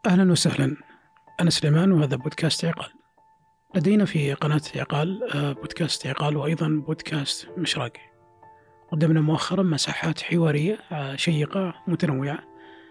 أهلا وسهلا. أنا سليمان وهذا بودكاست عقال. لدينا في قناة عقال بودكاست عقال وأيضا بودكاست مشراقي. قدمنا مؤخرا مساحات حوارية شيقة متنوعة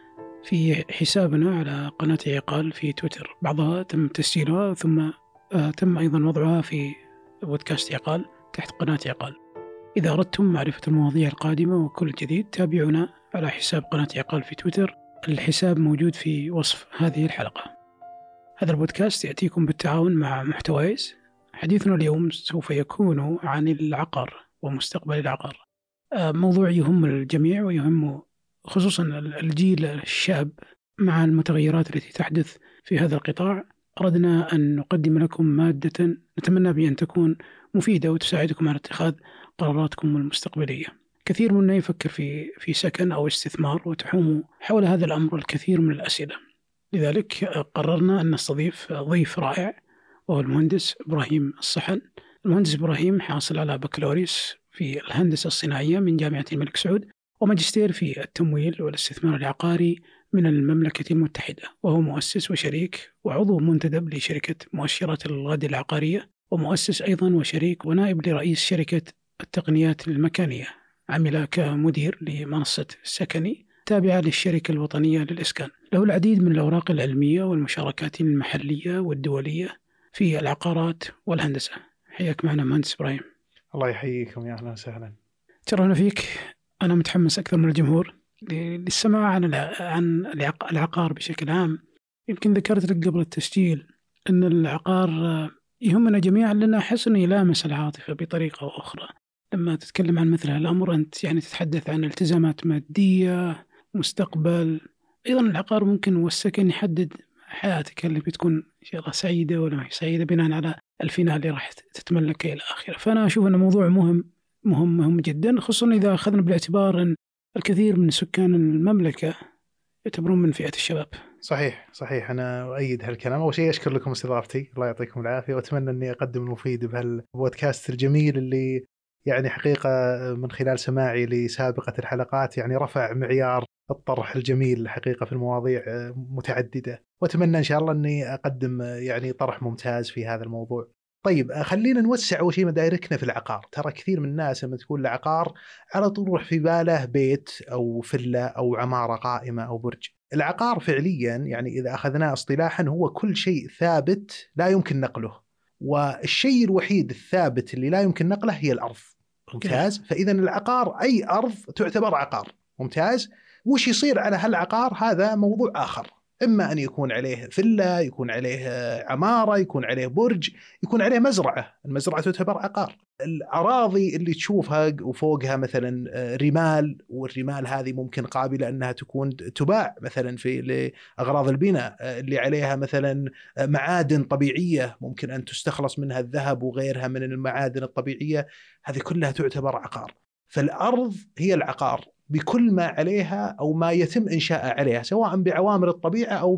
في حسابنا على قناة عقال في تويتر. بعضها تم تسجيلها ثم تم أيضا وضعها في بودكاست عقال تحت قناة عقال. إذا أردتم معرفة المواضيع القادمة وكل جديد تابعونا على حساب قناة عقال في تويتر. الحساب موجود في وصف هذه الحلقة. هذا البودكاست يأتيكم بالتعاون مع محتوايز. حديثنا اليوم سوف يكون عن العقار ومستقبل العقار. موضوع يهم الجميع ويهم خصوصا الجيل الشاب مع المتغيرات التي تحدث في هذا القطاع. أردنا أن نقدم لكم مادة نتمنى بأن تكون مفيدة وتساعدكم على اتخاذ قراراتكم المستقبلية. كثير منا يفكر في سكن أو استثمار وتحوم حول هذا الأمر الكثير من الأسئلة. لذلك قررنا أن نستضيف ضيف رائع وهو المهندس إبراهيم الصحن. المهندس إبراهيم حاصل على بكالوريوس في الهندسة الصناعية من جامعة الملك سعود وماجستير في التمويل والاستثمار العقاري من المملكة المتحدة، وهو مؤسس وشريك وعضو منتدب لشركة مؤشرات الغد العقارية، ومؤسس أيضا وشريك ونائب لرئيس شركة التقنيات المكانية. عمل كمدير لمنصة سكني تابعة للشركة الوطنية للإسكان. له العديد من الأوراق العلمية والمشاركات المحلية والدولية في العقارات والهندسة. حياك معنا مهندس إبراهيم. الله يحييكم، يا أهلا وسهلا. ترى فيك أنا متحمس أكثر من الجمهور للسماع عن العقار بشكل عام. يمكن ذكرت لك قبل التسجيل أن العقار يهمنا جميعا لأنه أحس أنه يلامس العاطفة بطريقة أو أخرى. لما تتكلم عن مثل هالأمر أنت يعني تتحدث عن التزامات مادية، مستقبل. أيضا العقار ممكن والسكن يحدد حياتك اللي بتكون إن شاء الله سعيدة ولا ما هي سعيدة بناء على الفناء اللي راح تتملكه إلى آخره. فأنا أشوف أنه موضوع مهم جدا، خصوصا إذا أخذنا بالاعتبار أن الكثير من سكان المملكة يعتبرون من فئة الشباب. صحيح أنا أؤيد هالكلام. أول شيء أشكر لكم استضافتي، الله يعطيكم العافية، وأتمنى أني أقدم المفيد بهالبودكاست الجميل اللي يعني حقيقة من خلال سماعي لسابقة الحلقات يعني رفع معيار الطرح الجميل حقيقة في المواضيع متعددة، وأتمنى إن شاء الله أني أقدم يعني طرح ممتاز في هذا الموضوع. طيب خلينا نوسع أول شيء مداركنا في العقار. ترى كثير من الناس لما تقول العقار على طول يروح في باله بيت أو فلة أو عمارة قائمة أو برج. العقار فعليا يعني إذا أخذناه اصطلاحا هو كل شيء ثابت لا يمكن نقله، والشيء الوحيد الثابت اللي لا يمكن نقله هي الأرض. ممتاز. فإذا العقار أي أرض تعتبر عقار. ممتاز. وش يصير على هالعقار هذا موضوع آخر، إما أن يكون عليه فيلا، يكون عليه عمارة، يكون عليه برج، يكون عليه مزرعة. المزرعة تعتبر عقار. الأراضي اللي تشوفها وفوقها مثلا رمال، والرمال هذه ممكن قابلة أنها تكون تباع مثلا في لأغراض البناء، اللي عليها مثلا معادن طبيعية ممكن أن تستخلص منها الذهب وغيرها من المعادن الطبيعية، هذه كلها تعتبر عقار. فالأرض هي العقار بكل ما عليها أو ما يتم إنشاء عليها، سواء بعوامل الطبيعة أو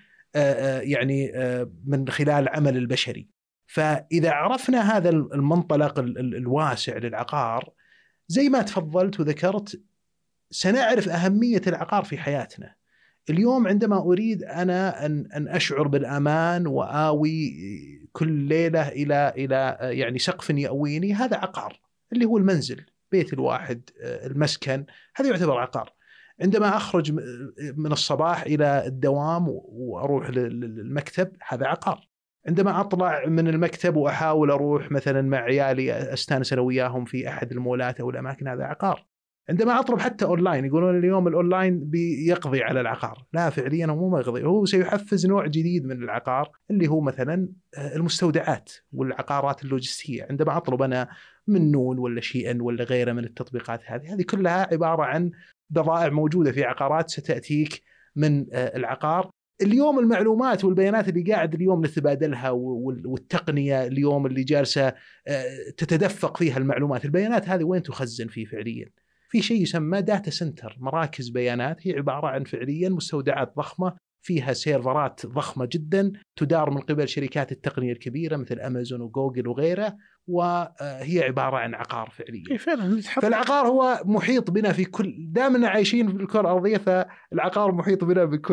يعني من خلال عمل البشري. فإذا عرفنا هذا المنطلق الواسع للعقار زي ما تفضلت وذكرت، سنعرف أهمية العقار في حياتنا. اليوم عندما أريد أنا أن أشعر بالأمان وآوي كل ليلة إلى يعني سقف يأويني، هذا عقار، اللي هو المنزل، بيت الواحد، المسكن، هذا يعتبر عقار. عندما أخرج من الصباح إلى الدوام وأروح للمكتب، هذا عقار. عندما أطلع من المكتب وأحاول أروح مثلا مع عيالي أستانس أنا وياهم في أحد المولات أو الأماكن، هذا عقار. عندما أطلب حتى أونلاين، يقولون اليوم الأونلاين بيقضي على العقار. لا، فعليا هو ما يقضي، هو سيحفز نوع جديد من العقار اللي هو مثلا المستودعات والعقارات اللوجستية. عندما أطلب أنا من نون ولا شيئا ولا غيره من التطبيقات هذه كلها عبارة عن بضائع موجودة في عقارات ستأتيك من العقار. اليوم المعلومات والبيانات اللي قاعد اليوم نتبادلها والتقنية اليوم اللي جالسة تتدفق فيها المعلومات، البيانات هذه وين تخزن فيه فعليا؟ في شيء يسمى داتا سنتر، مراكز بيانات، هي عبارة عن فعليا مستودعات ضخمة فيها سيرفرات ضخمة جدا تدار من قبل شركات التقنية الكبيرة مثل أمازون وجوجل وغيره، وهي عبارة عن عقار فعليا. فالعقار هو محيط بنا في كل، دامنا عايشين في الكرة الأرضية، فالعقار محيط بنا بكل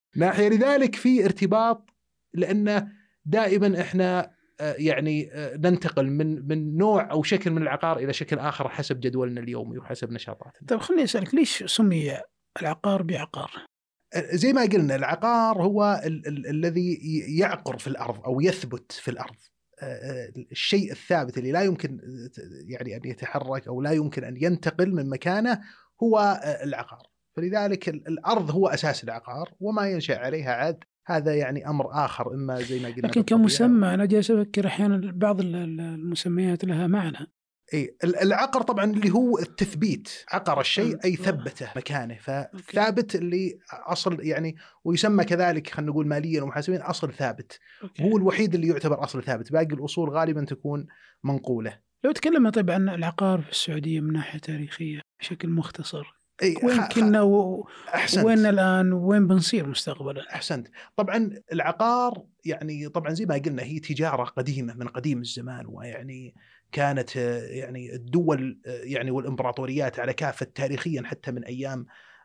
ناحية. لذلك في ارتباط، لأنه دائما إحنا يعني ننتقل من نوع أو شكل من العقار إلى شكل آخر حسب جدولنا اليومي وحسب نشاطاتنا. طيب خليني أسألك، ليش سمي العقار بعقار؟ زي ما قلنا العقار هو الذي يعقر في الأرض أو يثبت في الأرض، الشيء الثابت اللي لا يمكن يعني أن يتحرك أو لا يمكن أن ينتقل من مكانه هو العقار. فلذلك الأرض هو أساس العقار، وما ينشأ عليها عاد هذا يعني أمر آخر. إما زي ما قلنا لكن كمسمى أنا جالس أفكر أحيانا بعض المسميات لها معنى. إيه العقر طبعا اللي هو التثبيت، عقر الشيء أي ثبته مكانه، فثابت اللي أصل يعني، ويسمى كذلك خلينا نقول ماليا ومحاسبين أصل ثابت. هو الوحيد اللي يعتبر أصل ثابت، باقي الأصول غالبا تكون منقولة. لو تكلمنا طيب عن العقار في السعودية من ناحية تاريخية بشكل مختصر، إيه وين كنا وين الآن وين بنصير مستقبلا؟ أحسنت. طبعا العقار يعني طبعا زي ما قلنا هي تجارة قديمة من قديم الزمان، ويعني كانت يعني الدول يعني والإمبراطوريات على كافة تاريخيا حتى من أيام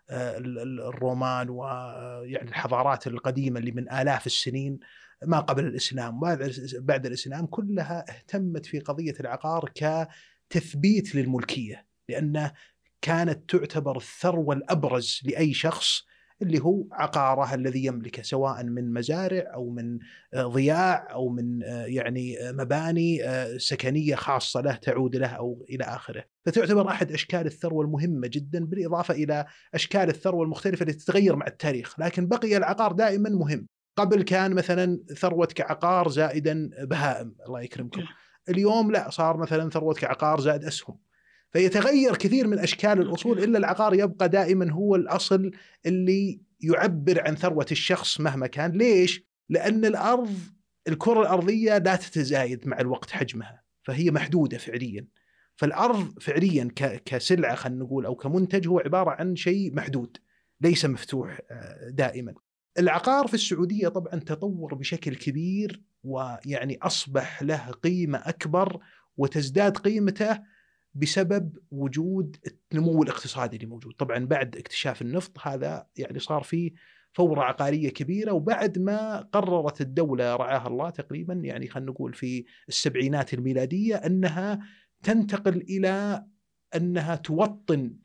الرومان ويعني الحضارات القديمة اللي من آلاف السنين ما قبل الإسلام بعد الإسلام كلها اهتمت في قضية العقار كتثبيت للملكية، لأنه كانت تعتبر الثروة الأبرز لأي شخص اللي هو عقاره الذي يملكه، سواء من مزارع أو من ضياع أو من يعني مباني سكنية خاصة له تعود له أو إلى آخره. فتعتبر أحد أشكال الثروة المهمة جدا، بالإضافة إلى أشكال الثروة المختلفة التي تتغير مع التاريخ، لكن بقي العقار دائما مهم. قبل كان مثلا ثروتك عقار زائدا بهائم الله يكرمكم، اليوم لا، صار مثلا ثروتك عقار زائد أسهم. فيتغير كثير من أشكال الأصول، إلا العقار يبقى دائما هو الأصل اللي يعبر عن ثروة الشخص مهما كان. ليش؟ لأن الكرة الأرضية لا تتزايد مع الوقت حجمها، فهي محدودة فعليا. فالأرض فعليا كسلعة خلينا نقول أو كمنتج هو عبارة عن شيء محدود ليس مفتوح دائما. العقار في السعودية طبعا تطور بشكل كبير، ويعني أصبح له قيمة أكبر وتزداد قيمته بسبب وجود النمو الاقتصادي اللي موجود. طبعا بعد اكتشاف النفط هذا يعني صار فيه فورة عقارية كبيرة، وبعد ما قررت الدولة رعاها الله تقريبا يعني خلينا نقول في السبعينات الميلادية أنها تنتقل إلى أنها توطن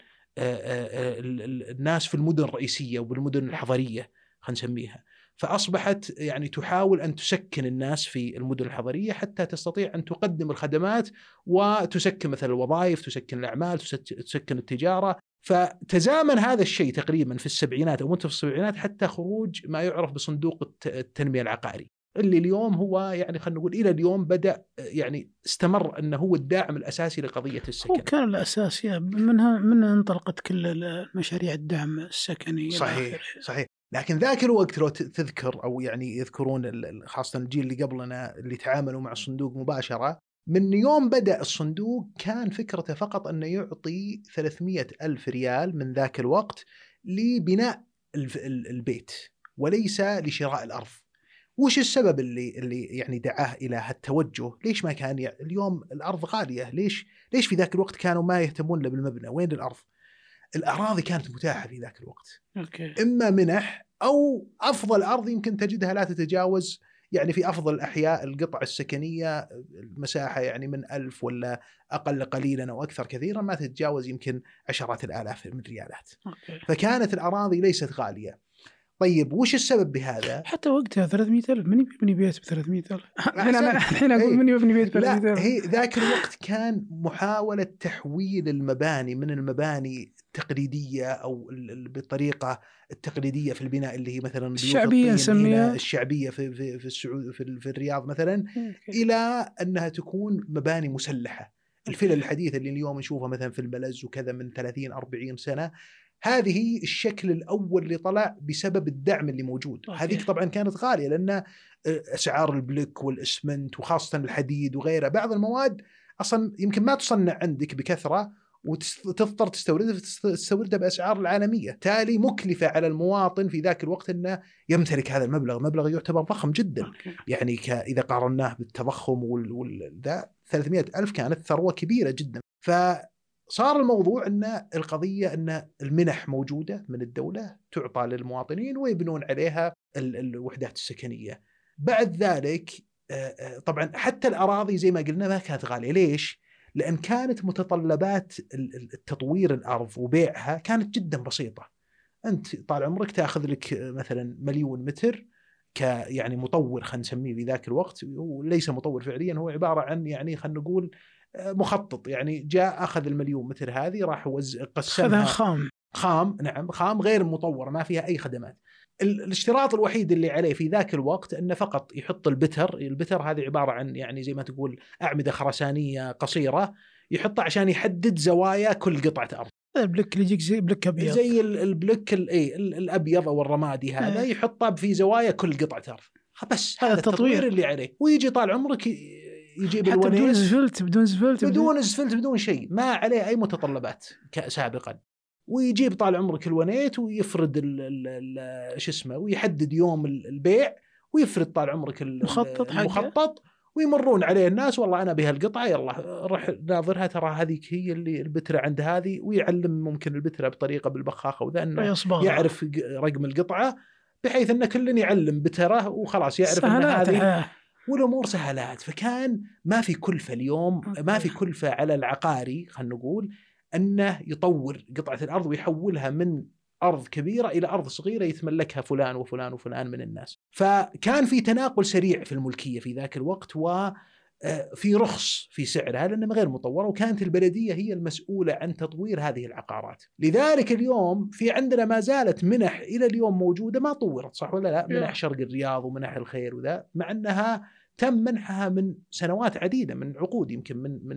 الناس في المدن الرئيسية وبالمدن الحضرية خلينا نسميها، فأصبحت يعني تحاول أن تسكن الناس في المدن الحضرية حتى تستطيع أن تقدم الخدمات وتسكن مثل الوظائف، تسكن الأعمال، تسكن التجارة. فتزامن هذا الشيء تقريبا في السبعينات أو منتصف السبعينات حتى خروج ما يعرف بصندوق التنمية العقاري، اللي اليوم هو يعني خلينا نقول إلى اليوم بدأ يعني استمر أنه هو الداعم الأساسي لقضية السكن. هو كان الأساسي منها انطلقت كل المشاريع الدعم السكني. صحيح. لكن ذاك الوقت لو تذكر أو يعني يذكرون خاصة الجيل اللي قبلنا اللي تعاملوا مع الصندوق مباشرة، من يوم بدأ الصندوق كان فكرته فقط أنه يعطي 300,000 ريال من ذاك الوقت لبناء البيت وليس لشراء الأرض. وش السبب اللي يعني دعاه إلى هالتوجه؟ ليش ما كان اليوم الأرض غالية؟ ليش في ذاك الوقت كانوا ما يهتمون بالمبنى؟ وين الأرض؟ الأراضي كانت متاحة في ذاك الوقت. إما منح أو أفضل أرض يمكن تجدها لا تتجاوز يعني في أفضل الأحياء القطع السكنية المساحة يعني من 1000 ولا أقل قليلا أو أكثر كثيرا ما تتجاوز يمكن عشرات الآلاف من ريالات. فكانت الأراضي ليست غالية. طيب وش السبب بهذا؟ حتى وقتها 300,000 من يبني بيت ب 300,000؟ الحين أقول من يبني بيت ب 300,000؟ لا، هي ذاك الوقت كان محاولة تحويل المباني من المباني التقليدية أو بالطريقة التقليدية في البناء اللي هي مثلا الشعبية نسميها الشعبية في السعود في الرياض مثلا، إلى أنها تكون مباني مسلحة. الفلل الحديثة اللي اليوم نشوفها مثلا في الملز وكذا من 30-40 سنة، هذه الشكل الأول اللي طلع بسبب الدعم اللي موجود. هذيك طبعا كانت غالية لأن أسعار البلوك والإسمنت وخاصة الحديد وغيره بعض المواد أصلا يمكن ما تصنع عندك بكثرة وتضطر تستوردها بأسعار العالمية، تالي مكلفة على المواطن في ذاك الوقت أنه يمتلك هذا المبلغ. مبلغ يعتبر ضخم جدا يعني إذا قارناه بالتضخم والذا 300,000 كانت ثروة كبيرة جدا. صار الموضوع أن القضية أن المنح موجودة من الدولة تعطى للمواطنين ويبنون عليها الوحدات السكنية. بعد ذلك طبعا حتى الأراضي زي ما قلنا ما كانت غالية. ليش؟ لأن كانت متطلبات التطوير الأرض وبيعها كانت جدا بسيطة. أنت طال عمرك تأخذ لك مثلا 1,000,000 متر يعني مطور، خلينا نسميه في ذاك الوقت، وليس مطور فعليا، هو عبارة عن يعني خلينا نقول مخطط، يعني جاء أخذ 1,000,000 متر هذه راح قسمها خام. نعم، خام غير مطور ما فيها أي خدمات. الاشتراط الوحيد اللي عليه في ذاك الوقت أنه فقط يحط البتر هذه عبارة عن يعني زي ما تقول أعمدة خرسانية قصيرة يحطها عشان يحدد زوايا كل قطعة أرض. البلوك اللي يجيك زي بلوك أبيض، زي البلوك الأبيض أو الرمادي هذا يحطه في زوايا كل قطعة أرض. بس هذا التطوير اللي عليه. ويجي طال عمرك يجيب الونيس بدون زفلت بدون شيء، ما عليه أي متطلبات سابقا. ويجيب طال عمرك الونيت ويفرد شو اسمه ويحدد يوم البيع ويفرد طال عمرك المخطط ويمرون عليه الناس، والله أنا بهالقطعة يلا روح ناظرها، ترى هذيك هي اللي البترة عند هذه، ويعلم ممكن البترة بطريقة بالبخاخة وذا أنه يعرف رقم القطعة بحيث أن كل يعلم بتره وخلاص يعرف أن هذه، والأمور سهلات. فكان ما في كلفة اليوم، ما في كلفة على العقاري خلينا نقول أنه يطور قطعة الأرض ويحولها من أرض كبيرة إلى أرض صغيرة يتملكها فلان وفلان وفلان من الناس. فكان في تناقل سريع في الملكية في ذاك الوقت، وفي رخص في سعرها لأنها غير مطورة، وكانت البلدية هي المسؤولة عن تطوير هذه العقارات. لذلك اليوم في عندنا ما زالت منح إلى اليوم موجودة ما طورت، صح ولا لا؟ منح شرق الرياض ومنح الخير وذا، مع أنها تم منحها من سنوات عديدة، من عقود يمكن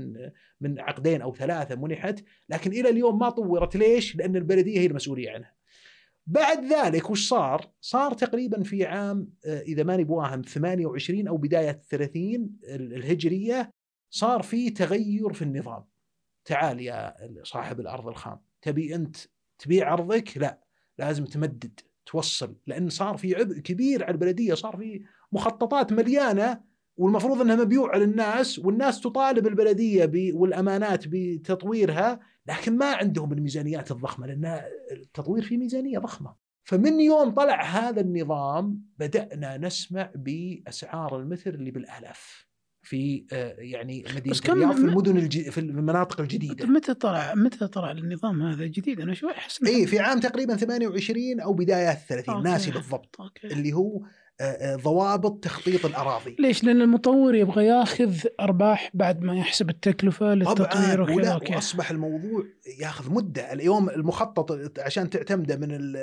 من عقدين أو 3 منحت، لكن إلى اليوم ما طورت. ليش؟ لأن البلدية هي المسؤولية عنها. بعد ذلك وش صار تقريبا في عام إذا ماني بواهم 28 أو بداية 30 الهجرية، صار في تغير في النظام. تعال يا صاحب الأرض الخام، تبي أنت تبيع أرضك؟ لا، لازم تمدد توصل، لأن صار في عبء كبير على البلدية، صار في مخططات مليانة والمفروض أنها مبيوعة للناس، والناس تطالب البلدية والأمانات بتطويرها، لكن ما عندهم الميزانيات الضخمة، لأن التطوير فيه ميزانية ضخمة. فمن يوم طلع هذا النظام بدأنا نسمع بأسعار المتر اللي بالآلاف في يعني مدينة الرياض، في المدن في المناطق الجديدة. متى طلع النظام هذا جديد؟ أنا شوي أحس في عام تقريبا 28 أو بداية 30 ناسي بالضبط. اللي هو ضوابط تخطيط الأراضي. ليش؟ لأن المطور يبغى ياخذ أرباح بعد ما يحسب التكلفة للتطوير وكذا. وأصبح الموضوع ياخذ مدة. اليوم المخطط عشان تعتمده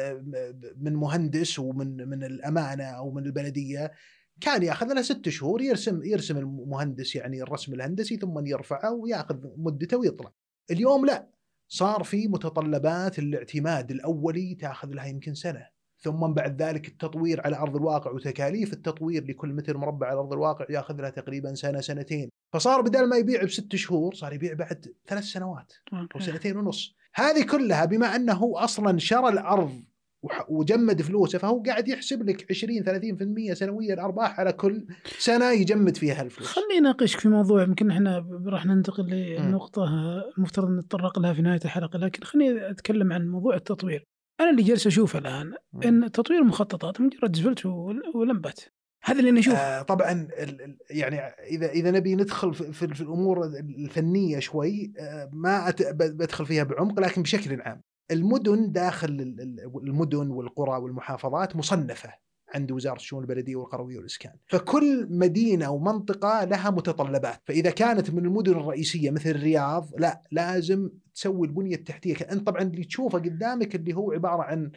من مهندس ومن الأمانة أو من البلدية كان ياخذ له 6 شهور، يرسم المهندس يعني الرسم الهندسي، ثم يرفعه وياخذ مدته ويطلع. اليوم لا، صار في متطلبات الاعتماد الأولي تاخذ لها يمكن سنة، ثم بعد ذلك التطوير على أرض الواقع وتكاليف التطوير لكل متر مربع على أرض الواقع ياخذ لها تقريبا سنة سنتين. فصار بدل ما يبيع ب6 شهور صار يبيع بعد 3 سنوات أو 2.5. هذه كلها بما أنه أصلا شرى الأرض وجمد فلوسه، فهو قاعد يحسب لك 20-30% سنويا أرباح على كل سنة يجمد فيها الفلوس. خلينا نناقشك في موضوع يمكن احنا راح ننتقل للنقطة المفترض نتطرق لها في نهاية الحلقة، لكن خليني أتكلم عن موضوع التطوير. أنا اللي جالس أشوفه الآن إن تطوير المخططات مجرد زفلت ولمبت، هذا اللي نشوفه. طبعا يعني إذا نبي ندخل في الأمور الفنية شوي، ما بدخل فيها بعمق، لكن بشكل عام المدن داخل المدن والقرى والمحافظات مصنفة عند وزارة الشؤون البلدية والقروية والإسكان، فكل مدينة ومنطقة لها متطلبات. فإذا كانت من المدن الرئيسية مثل الرياض، لا لازم تسوي البنية التحتية. أنت طبعا اللي تشوفه قدامك اللي هو عبارة عن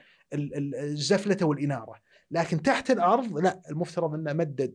الزفلة والإنارة، لكن تحت الأرض لا، المفترض أنه مدد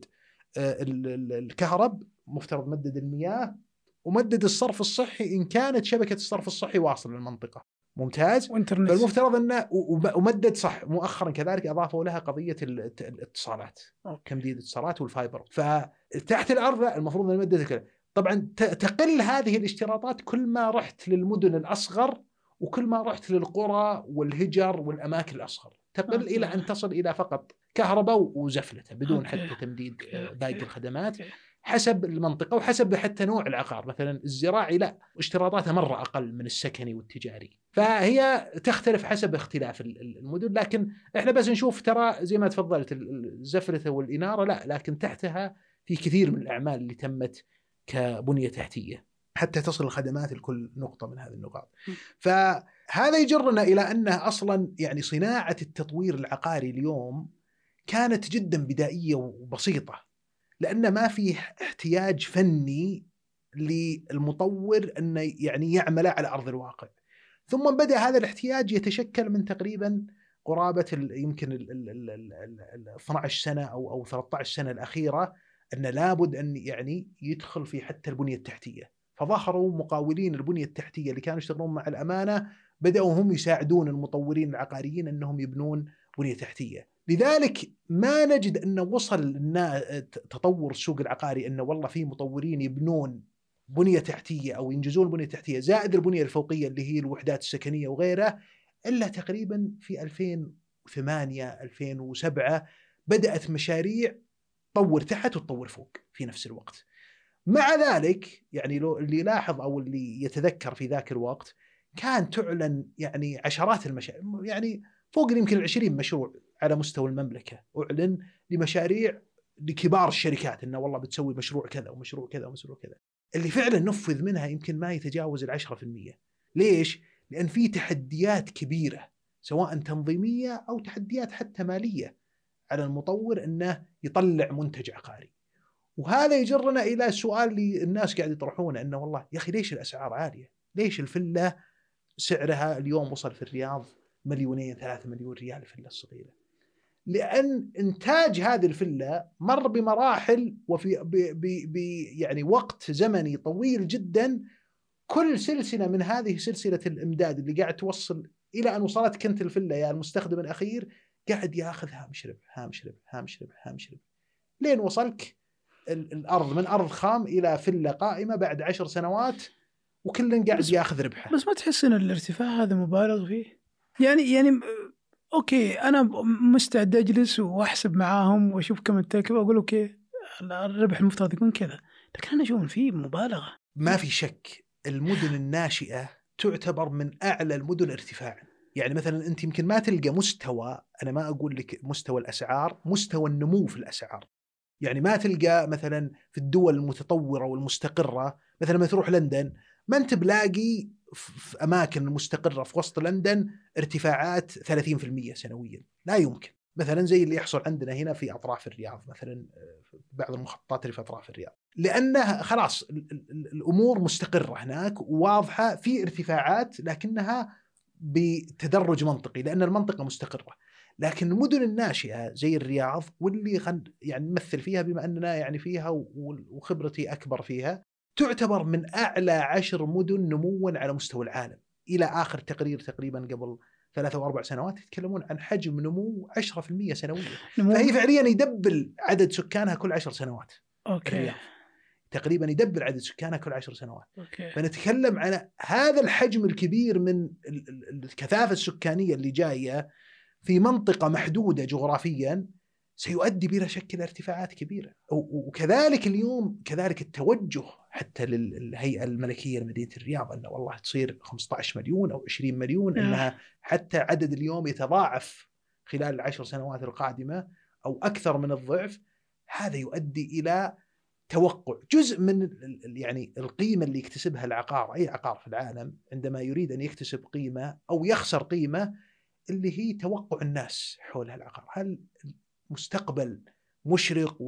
الكهرب، مفترض مدد المياه، ومدد الصرف الصحي إن كانت شبكة الصرف الصحي واصل للمنطقة. ممتاز. فالمفترض أنه ومدد صح. مؤخرا كذلك أضافوا لها قضية الاتصالات، تمديد الاتصالات والفايبر. فتحت الأرض لا، المفروض أن مدد كذا. طبعا تقل هذه الاشتراطات كل ما رحت للمدن الأصغر، وكل ما رحت للقرى والهجر والأماكن الأصغر، تقل إلى أن تصل إلى فقط كهرباء وزفلته بدون حتى تمديد باقي الخدمات. حسب المنطقة وحسب حتى نوع العقار. مثلا الزراعي لا، اشتراطاته مرة أقل من السكني والتجاري، فهي تختلف حسب اختلاف المدن. لكن احنا بس نشوف ترى زي ما تفضلت الزفرة والإنارة لا، لكن تحتها في كثير من الأعمال اللي تمت كبنية تحتية حتى تصل الخدمات لكل نقطة من هذه النقاط. فهذا يجرنا إلى أنه أصلا يعني صناعة التطوير العقاري اليوم كانت جدا بدائية وبسيطة، لأن ما فيه احتياج فني للمطور أنه يعني يعمل على أرض الواقع. ثم بدأ هذا الاحتياج يتشكل من تقريبا قرابة يمكن 12 سنة أو 13 سنة الأخيرة، أن لابد أن يعني يدخل في حتى البنية التحتية. فظهروا مقاولين البنية التحتية اللي كانوا يشتغلون مع الأمانة بدأوا هم يساعدون المطورين العقاريين أنهم يبنون بنية تحتية. لذلك ما نجد أنه وصل تطور السوق العقاري أنه والله في مطورين يبنون بنية تحتية أو ينجزون بنية تحتية زائد البنية الفوقية اللي هي الوحدات السكنية وغيرها، إلا تقريبا في 2008-2007 بدأت مشاريع طور تحت وتطور فوق في نفس الوقت. مع ذلك يعني لو اللي يلاحظ أو اللي يتذكر في ذاك الوقت كان تعلن يعني عشرات المشاريع، يعني فوق يمكن 20 مشروع على مستوى المملكة أعلن لمشاريع لكبار الشركات إنه والله بتسوي مشروع كذا ومشروع كذا ومشروع كذا. اللي فعلا نفذ منها يمكن ما يتجاوز 10%. ليش؟ لأن في تحديات كبيرة سواء تنظيمية أو تحديات حتى مالية على المطور إنه يطلع منتج عقاري. وهذا يجرنا إلى سؤال اللي الناس قاعد يطرحونه، إنه والله يا أخي ليش الأسعار عالية؟ ليش الفلة سعرها اليوم وصل في الرياض 2-3 مليون ريال الفلة الصغيرة؟ لأن إنتاج هذه الفلة مر بمراحل وفي يعني وقت زمني طويل جدا. كل سلسلة من هذه سلسلة الإمداد اللي قاعد توصل إلى أن وصلت كنت الفلة يا المستخدم الأخير قاعد يأخذ هامش ربح هامش ربح هامش ربح هامش ربح لين وصلك الأرض من أرض خام إلى فلة قائمة بعد 10 سنوات وكل قاعد يأخذ ربحه. بس ما تحس إن الارتفاع هذا مبالغ فيه؟ يعني أوكي أنا مستعد أجلس وأحسب معاهم وأشوف كم التكلفة وأقول أوكي الربح المفترض يكون كذا، لكن أنا أشوف فيه مبالغة. ما في شك المدن الناشئة تعتبر من أعلى المدن ارتفاعا. يعني مثلا أنت يمكن ما تلقى مستوى، أنا ما أقول لك مستوى الأسعار، مستوى النمو في الأسعار. يعني ما تلقى مثلا في الدول المتطورة والمستقرة، مثلا ما تروح لندن ما أنت بلاقي في أماكن مستقرة في وسط لندن ارتفاعات 30% سنويا، لا يمكن. مثلا زي اللي يحصل عندنا هنا في أطراف الرياض، مثلا بعض المخططات اللي في أطراف الرياض، لأنها خلاص الأمور مستقرة هناك وواضحة في ارتفاعات لكنها بتدرج منطقي لأن المنطقة مستقرة. لكن المدن الناشئة زي الرياض واللي يعني نمثل فيها بما أننا يعني فيها وخبرتي أكبر فيها، تعتبر من أعلى 10 مدن نموا على مستوى العالم. إلى آخر تقرير تقريبا قبل 3 أو 4 سنوات يتكلمون عن حجم نمو 10% سنويا. فهي فعليا يدبل عدد سكانها كل 10 سنوات. أوكي. تقريبا يدبل عدد سكانها كل 10 سنوات. أوكي. فنتكلم عن هذا الحجم الكبير من الكثافة السكانية اللي جاية في منطقة محدودة جغرافيا سيؤدي بلا شك إلى ارتفاعات كبيرة. وكذلك اليوم كذلك التوجه حتى للهيئة الملكية لمدينة الرياض أنه والله تصير 15 مليون أو 20 مليون، أنها حتى عدد اليوم يتضاعف خلال 10 سنوات القادمة أو أكثر من الضعف. هذا يؤدي إلى توقع جزء من يعني القيمة اللي يكتسبها العقار، أي عقار في العالم عندما يريد أن يكتسب قيمة أو يخسر قيمة، اللي هي توقع الناس حول العقار. هل مستقبل مشرق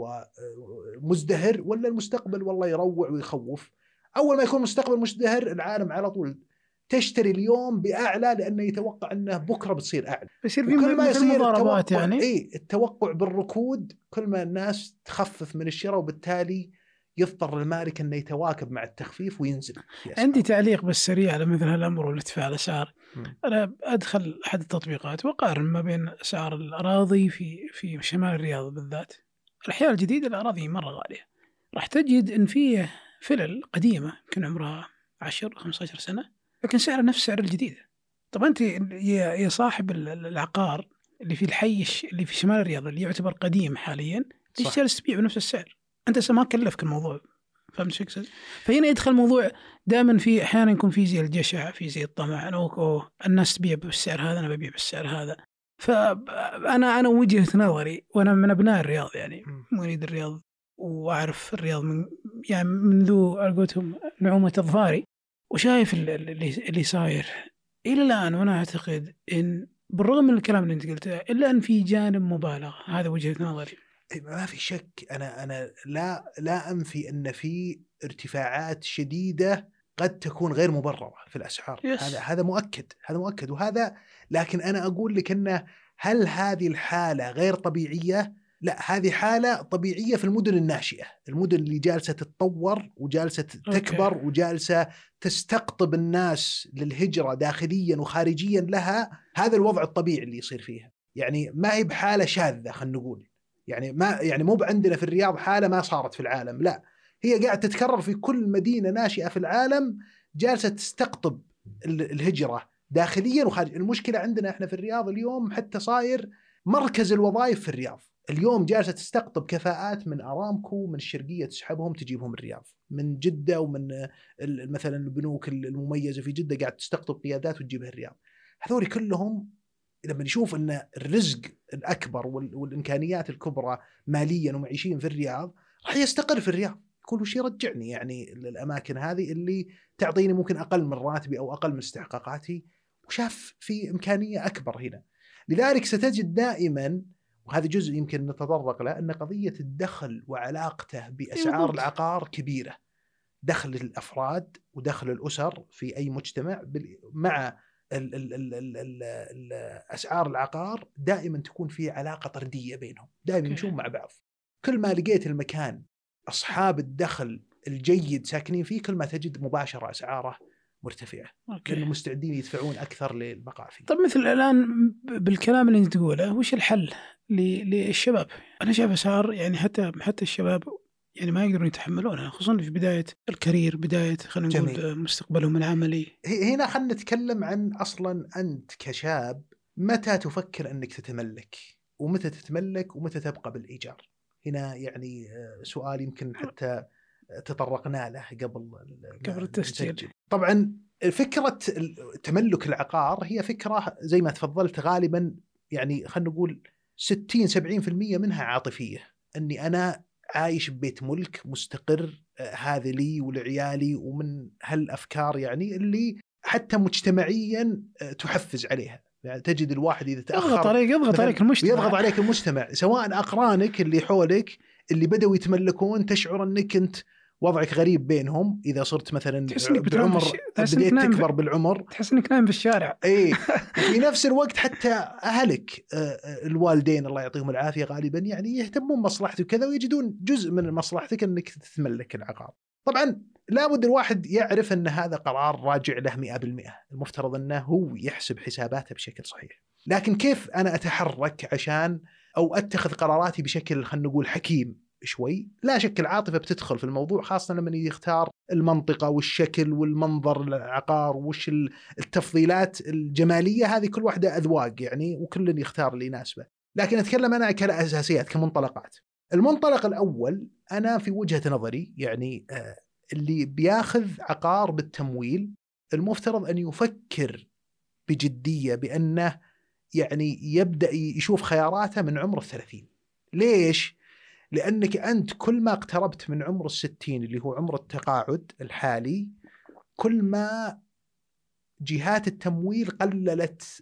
ومزدهر ولا المستقبل والله يروع ويخوف؟ أول ما يكون مستقبل مزدهر العالم على طول تشتري اليوم بأعلى لأنه يتوقع أنه بكرة بتصير أعلى. بيصير في مضاربات يعني. التوقع بالركود كل ما الناس تخفف من الشراء وبالتالي يضطر المالك أنه يتواكب مع التخفيف وينزل. عندي تعليق بس سريع على مثل هالأمر والارتفاع الأسعار. أنا أدخل أحد التطبيقات وأقارن ما بين أسعار الأراضي في شمال الرياض بالذات. الأحياء الجديدة الأراضي مرة غالية، راح تجد إن فيه فلل قديمة يمكن عمرها 10-15 سنة لكن سعرها نفس سعر الجديدة. طب أنت يا صاحب العقار اللي في الحي اللي في شمال الرياض اللي يعتبر قديم حاليا، ليش جالس تبيع بنفس السعر؟ أنت ما كلفك الموضوع، فهمت شو أقصد؟ فهنا يدخل الموضوع دائما، في أحيانا يكون في زي الجشع، في زي الطمع، أو الناس تبيع بالسعر هذا، أنا ببيع بالسعر هذا. فأنا وجهة نظري، وأنا من أبناء الرياض يعني، مواليد الرياض، وأعرف الرياض من يعني منذ ألقيتهم نعومة أظفاري، وشايف اللي صاير إلى الآن. وأنا أعتقد إن بالرغم من الكلام اللي أنت قلته، إلا أن في جانب مبالغ. هذا وجهة نظري. ما في شك. أنا لا أنفي أن في ارتفاعات شديدة قد تكون غير مبررة في الأسعار. هذا مؤكد وهذا. لكن أنا أقول لك أنه هل هذه الحالة غير طبيعية؟ لا، هذه حالة طبيعية في المدن الناشئة، المدن اللي جالسة تتطور وجالسة تكبر وجالسة تستقطب الناس للهجرة داخليا وخارجيا لها. هذا الوضع الطبيعي اللي يصير فيها. يعني ما هي بحالة شاذة، خلينا نقول. يعني مو عندنا في الرياض حالة ما صارت في العالم، لا، هي قاعدة تتكرر في كل مدينة ناشئة في العالم، جالسة تستقطب الهجرة داخليا وخارج. المشكلة عندنا احنا في الرياض اليوم حتى صاير مركز الوظائف في الرياض. اليوم جالسة تستقطب كفاءات من أرامكو، من الشرقية، تسحبهم تجيبهم الرياض، من جدة، ومن مثلا البنوك المميزة في جدة قاعد تستقطب قيادات وتجيبها الرياض. هذول كلهم لما نشوف أن الرزق الأكبر والإمكانيات الكبرى ماليا ومعيشيا في الرياض، راح يستقر في الرياض، يقول وش يرجعني يعني الأماكن هذه اللي تعطيني ممكن أقل من راتبي أو أقل من استحقاقاتي، وشاف في إمكانية أكبر هنا. لذلك ستجد دائما، وهذا جزء يمكن نتطرق له، أن قضية الدخل وعلاقته بأسعار العقار كبيرة. دخل الأفراد ودخل الأسر في أي مجتمع مع أسعار العقار دائما تكون في علاقة طردية بينهم، دائما يمشون مع بعض. كل ما لقيت المكان أصحاب الدخل الجيد ساكنين فيه، كل ما تجد مباشرة أسعاره مرتفعة، لأنه مستعدين يدفعون أكثر للبقاء فيه. طب مثل الآن بالكلام اللي أنت تقوله، وش الحل للشباب؟ أنا شايف أسعار يعني حتى الشباب يعني ما يقدرون يتحملونها، خصوصا في بداية الكارير، بداية خلينا نقول مستقبلهم العملي. هنا خلنا نتكلم عن أصلا أنت كشاب متى تفكر أنك تتملك، ومتى تتملك، ومتى تبقى بالإيجار. هنا يعني سؤال يمكن حتى تطرقنا له قبل التسجيل. طبعا فكرة تملك العقار هي فكرة زي ما تفضلت غالبا يعني خلنا نقول 60-70% منها عاطفية، أني أنا عايش ببيت ملك مستقر، هذا لي ولعيالي، ومن هالأفكار يعني اللي حتى مجتمعيا تحفز عليها. يعني تجد الواحد إذا تأخر يضغط عليك المجتمع، سواء أقرانك اللي حولك اللي بدأوا يتملكون، تشعر أنك أنت وضعك غريب بينهم. إذا صرت مثلا بعمر بديت تكبر بالعمر، تحس إنك نايم في الشارع. إيه. وفي نفس الوقت حتى أهلك الوالدين الله يعطيهم العافية غالبا يعني يهتمون مصلحتك وكذا، ويجدون جزء من مصلحتك أنك تتملك العقار. طبعا لابد الواحد يعرف أن هذا قرار راجع له 100%، المفترض أنه هو يحسب حساباته بشكل صحيح. لكن كيف أنا أتحرك عشان أو أتخذ قراراتي بشكل خلينا نقول حكيم شوي؟ لا شك العاطفة بتدخل في الموضوع، خاصة لما يختار المنطقة والشكل والمنظر العقار وش التفضيلات الجمالية هذه، كل واحدة أذواق يعني، وكل يختار اللي يناسبه. لكن أتكلم أنا كأساسيات كمنطلقات. المنطلق الأول أنا في وجهة نظري يعني اللي بياخذ عقار بالتمويل المفترض أن يفكر بجدية بأنه يعني يبدأ يشوف خياراته من عمر 30. ليش؟ لأنك أنت كل ما اقتربت من عمر 60 اللي هو عمر التقاعد الحالي، كل ما جهات التمويل قللت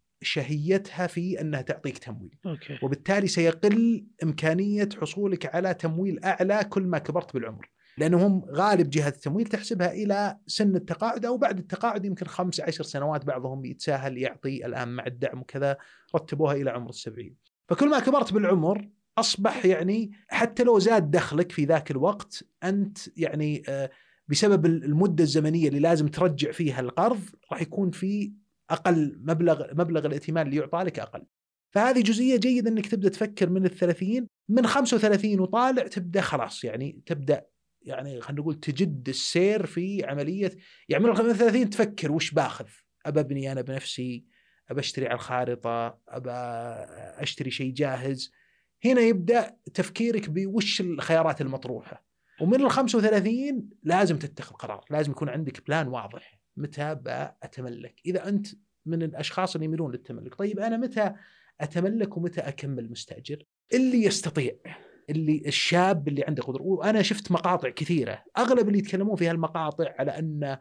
شهيتها في أنها تعطيك تمويل. وبالتالي سيقل إمكانية حصولك على تمويل أعلى كل ما كبرت بالعمر، لأنهم غالب جهات التمويل تحسبها إلى سن التقاعد أو بعد التقاعد، يمكن 5-10 سنوات، بعضهم يتساهل يعطي الآن مع الدعم وكذا رتبوها إلى عمر 70. فكل ما كبرت بالعمر أصبح يعني حتى لو زاد دخلك في ذاك الوقت، أنت يعني بسبب المدة الزمنية اللي لازم ترجع فيها القرض راح يكون في أقل مبلغ الائتمان اللي يعطى لك أقل. فهذه جزئية جيدة أنك تبدأ تفكر من 30، من 35 وطالع تبدأ خلاص يعني تبدأ يعني خلينا نقول تجد السير في عملية. يعني من 30 تفكر وش باخذ، أبني أنا بنفسي، أبشتري على الخارطة، أشتري شيء جاهز. هنا يبدأ تفكيرك بوش الخيارات المطروحة. ومن 35 لازم تتخذ قرار، لازم يكون عندك بلان واضح متى أتملك. إذا أنت من الأشخاص اللي يميلون للتملك، طيب أنا متى أتملك ومتى أكمل مستأجر؟ اللي يستطيع، اللي الشاب اللي عنده قدرة. وأنا شفت مقاطع كثيرة أغلب اللي يتكلمون في هالمقاطع على أن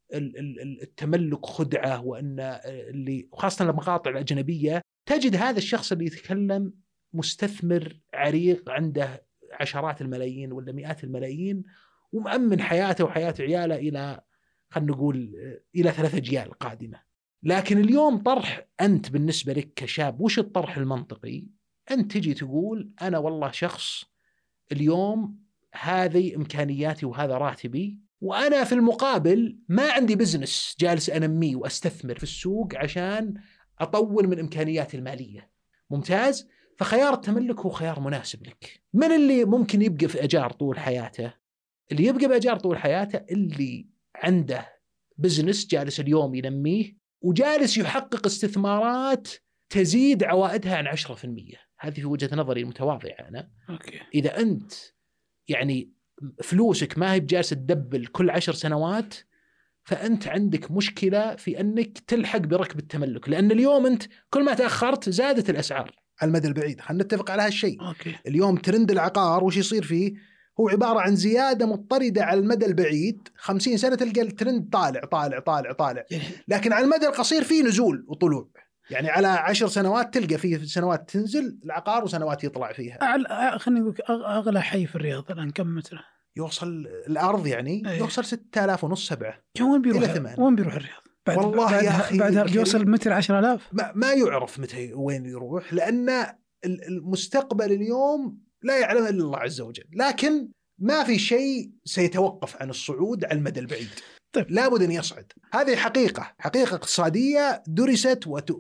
التملك خدعة، وأن اللي خاصة المقاطع الأجنبية تجد هذا الشخص اللي يتكلم مستثمر عريق عنده عشرات الملايين ولا مئات الملايين، ومأمن حياته وحياة عياله إلى خلينا نقول إلى 3 أجيال قادمة. لكن اليوم طرح أنت بالنسبة لك كشاب، وش الطرح المنطقي؟ أنت تجي تقول أنا والله شخص اليوم هذه إمكانياتي وهذا راتبي، وأنا في المقابل ما عندي بزنس جالس أنميه وأستثمر في السوق عشان أطور من إمكانياتي المالية. ممتاز. فخيار التملك هو خيار مناسب لك. من اللي ممكن يبقى في أجار طول حياته؟ اللي يبقى بأجار طول حياته اللي عنده بزنس جالس اليوم ينميه وجالس يحقق استثمارات تزيد عوائدها عن 10%. هذه في وجهة نظري المتواضعة أنا. إذا أنت يعني فلوسك ما هي بجالسة تدبل كل 10 سنوات، فأنت عندك مشكلة في أنك تلحق بركب التملك، لأن اليوم أنت كل ما تأخرت زادت الأسعار. على المدى البعيد خلينا نتفق على هالشيء. اليوم ترند العقار وش يصير فيه؟ هو عبارة عن زيادة مضطردة على المدى البعيد. 50 سنة تلقى الترند طالع طالع طالع طالع، لكن على المدى القصير فيه نزول وطلوع. يعني على 10 سنوات تلقى فيه سنوات تنزل العقار وسنوات يطلع فيها. خلينا نقول أغلى حي في الرياض الآن كم متر؟ يوصل الأرض يعني يوصل 6,500 7. وين بيروح الرياض؟ والله يا أخي بعدها بيوصل متر 10,000. ما يعرف متى وين يروح، لأن المستقبل اليوم لا يعلم إلا الله عز وجل. لكن ما في شيء سيتوقف عن الصعود على المدى البعيد. طيب. لابد أن يصعد. هذه حقيقة اقتصادية درست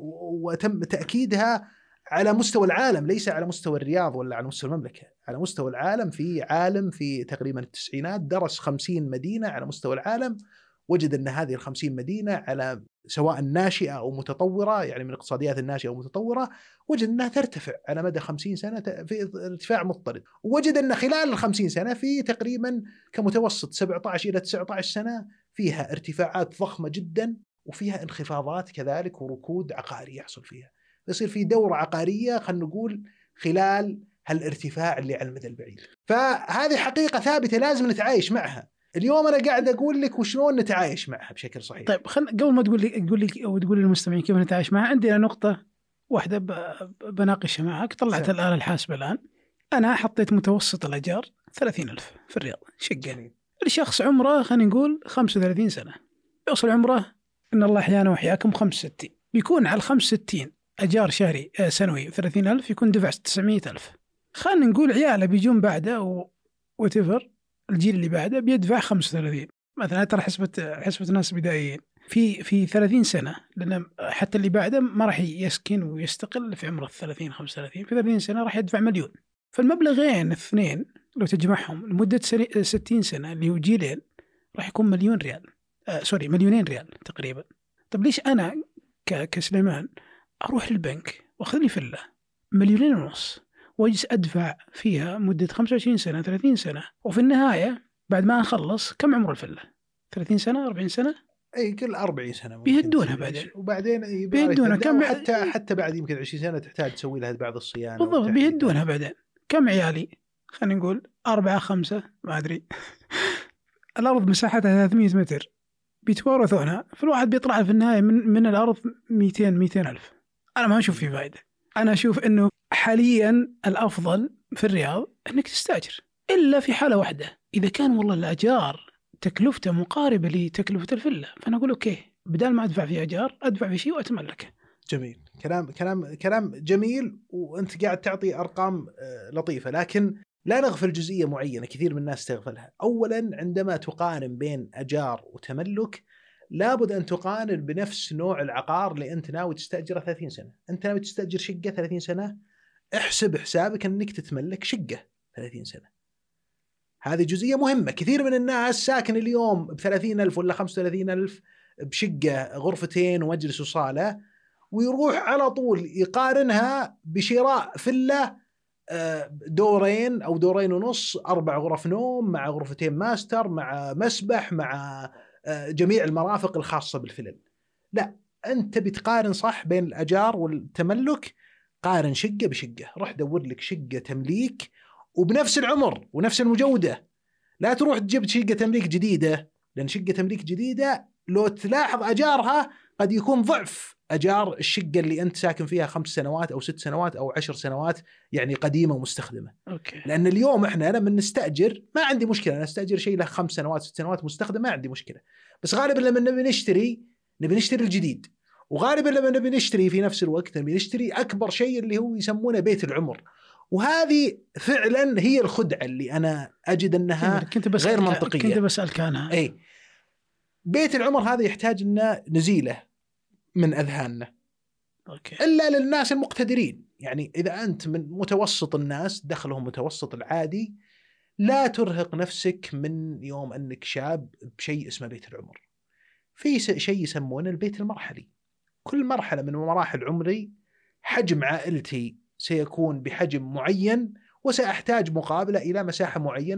وتم تأكيدها على مستوى العالم، ليس على مستوى الرياض ولا على مستوى المملكة، على مستوى العالم. في عالم في تقريبا التسعينات درس 50 مدينة على مستوى العالم، وجد أن هذه 50 مدينة على سواء ناشئة أو متطورة، يعني من الاقتصاديات الناشئة أو متطورة، وجد أنها ترتفع على مدى 50 سنة في ارتفاع مضطرد. ووجد أن خلال 50 سنة في تقريبا كمتوسط 17 إلى 19 سنة فيها ارتفاعات ضخمة جدا، وفيها انخفاضات كذلك وركود عقاري يحصل فيها. يصير في دورة عقارية خلينا نقول خلال هالارتفاع اللي على المدى البعيد. فهذه حقيقة ثابتة لازم نتعايش معها. اليوم أنا قاعد أقول لك وشلون نتعايش معها بشكل صحيح. طيب قبل ما تقول لي أو تقول للمستمعين كيف نتعايش معها، عندي نقطة واحدة بناقشها معك. طلعت الآلة الحاسبة الآن، أنا حطيت متوسط الأجار 30,000 في الرياض شقة. الشخص عمره خلينا نقول 35 سنة، يوصل عمره إن الله أحيانا وإحياكم 65، بيكون على 65 أجار شهري سنوي 30,000، يكون دفع 900,000. خلينا نقول عياله بيجون بعده وتفر الجيل اللي بعده بيدفع 35 مثلا. ترى حسبة ناس بدائيين في 30 سنة، لأن حتى اللي بعده ما راح يسكن ويستقل في عمره 30 35. في 30 سنة راح يدفع 1,000,000. فالمبلغين الاثنين لو تجمعهم لمدة 60 سنة اللي هو جيلين راح يكون 1,000,000 ريال. 2,000,000 ريال تقريبا. طب ليش أنا كسليمان أروح للبنك وأخذ لي فلة 2,500,000 واجلس أدفع فيها مدة 25 سنة 30 سنة، وفي النهاية بعد ما أخلص كم عمر الفلة؟ 30 سنة 40 سنة؟ أي كل 40 سنة بيهدونها بعدين، وبعدين بيهدونها كم حتى بعد يمكن 20 سنة تحتاج تسوي لها بعض الصيانة. بالضبط بيهدونها بعدين. كم عيالي؟ خلينا نقول 4 5 ما أدري الأرض مساحتها 300 متر بيتوارثونها، فالواحد بيطلع في النهاية من الأرض 200,000. أنا ما أشوف فيه فائدة. أنا أشوف أنه حاليا الأفضل في الرياض أنك تستأجر، إلا في حالة واحدة، إذا كان والله الأجار تكلفته مقاربة لتكلفة الفلة، فأنا أقول أوكي بدل ما أدفع في أجار أدفع في شيء وأتملكه. جميل. كلام جميل، وأنت قاعد تعطي أرقام لطيفة، لكن لا نغفل جزئية معينة كثير من الناس تغفلها. أولا عندما تقارن بين أجار وتملك لابد أن تقارن بنفس نوع العقار اللي أنت ناوي تستأجره 30 سنة. أنت ناوي تستأجر شقة 30 سنة، احسب حسابك أنك تتملك شقة 30 سنة. هذه جزئية مهمة. كثير من الناس ساكن اليوم ب30,000 ولا 35,000 بشقة غرفتين ومجلس وصالة، ويروح على طول يقارنها بشراء فلة دورين أو دورين ونص، 4 غرف نوم مع غرفتين ماستر مع مسبح مع جميع المرافق الخاصة بالفيلم. لا، أنت بتقارن صح بين الأجار والتملك، قارن شقة بشقة. روح دور لك شقة تمليك وبنفس العمر ونفس المجودة. لا تروح تجيب شقة تمليك جديدة، لأن شقة تمليك جديدة لو تلاحظ أجارها قد يكون ضعف أجار الشقة اللي أنت ساكن فيها 5 سنوات أو 6 سنوات أو 10 سنوات، يعني قديمة ومستخدمة. أوكي. لأن اليوم أنا من نستأجر ما عندي مشكلة، أنا أستأجر شيء له 5 سنوات 6 سنوات مستخدم ما عندي مشكلة. بس غالبا لما نبي نشتري الجديد، وغالبا لما نبي نشتري في نفس الوقت نبي نشتري أكبر شيء اللي هو يسمونه بيت العمر. وهذه فعلا هي الخدعة اللي أنا أجد أنها غير منطقية. كنت بسألك عنها. أي بيت العمر هذا يحتاج أن نزيله من أذهاننا. أوكي. إلا للناس المقتدرين. يعني إذا أنت من متوسط الناس دخلهم متوسط العادي، لا ترهق نفسك من يوم أنك شاب بشيء اسمه بيت العمر. في شيء يسمونه البيت المرحلي. كل مرحلة من مراحل عمري حجم عائلتي سيكون بحجم معين، وسأحتاج مقابلة إلى مساحة معينة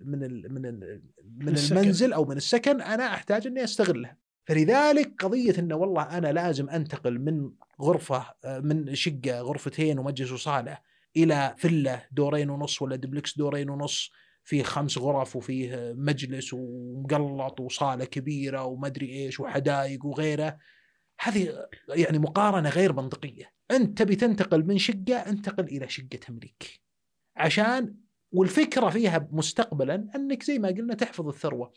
من المنزل أو من السكن أنا أحتاج أني أستغلها. فلذلك قضية أنه والله أنا لازم أنتقل من غرفة، من شقة غرفتين ومجلس وصالة إلى فيلا 2.5 دور ولا دبلكس 2.5 دور فيه 5 غرف وفيه مجلس ومقلط وصالة كبيرة ومدري إيش وحدائق وغيره. هذه يعني مقارنة غير منطقية. أنت تبي تنتقل من شقة، انتقل إلى شقة تمليك عشان، والفكرة فيها مستقبلا أنك زي ما قلنا تحفظ الثروة.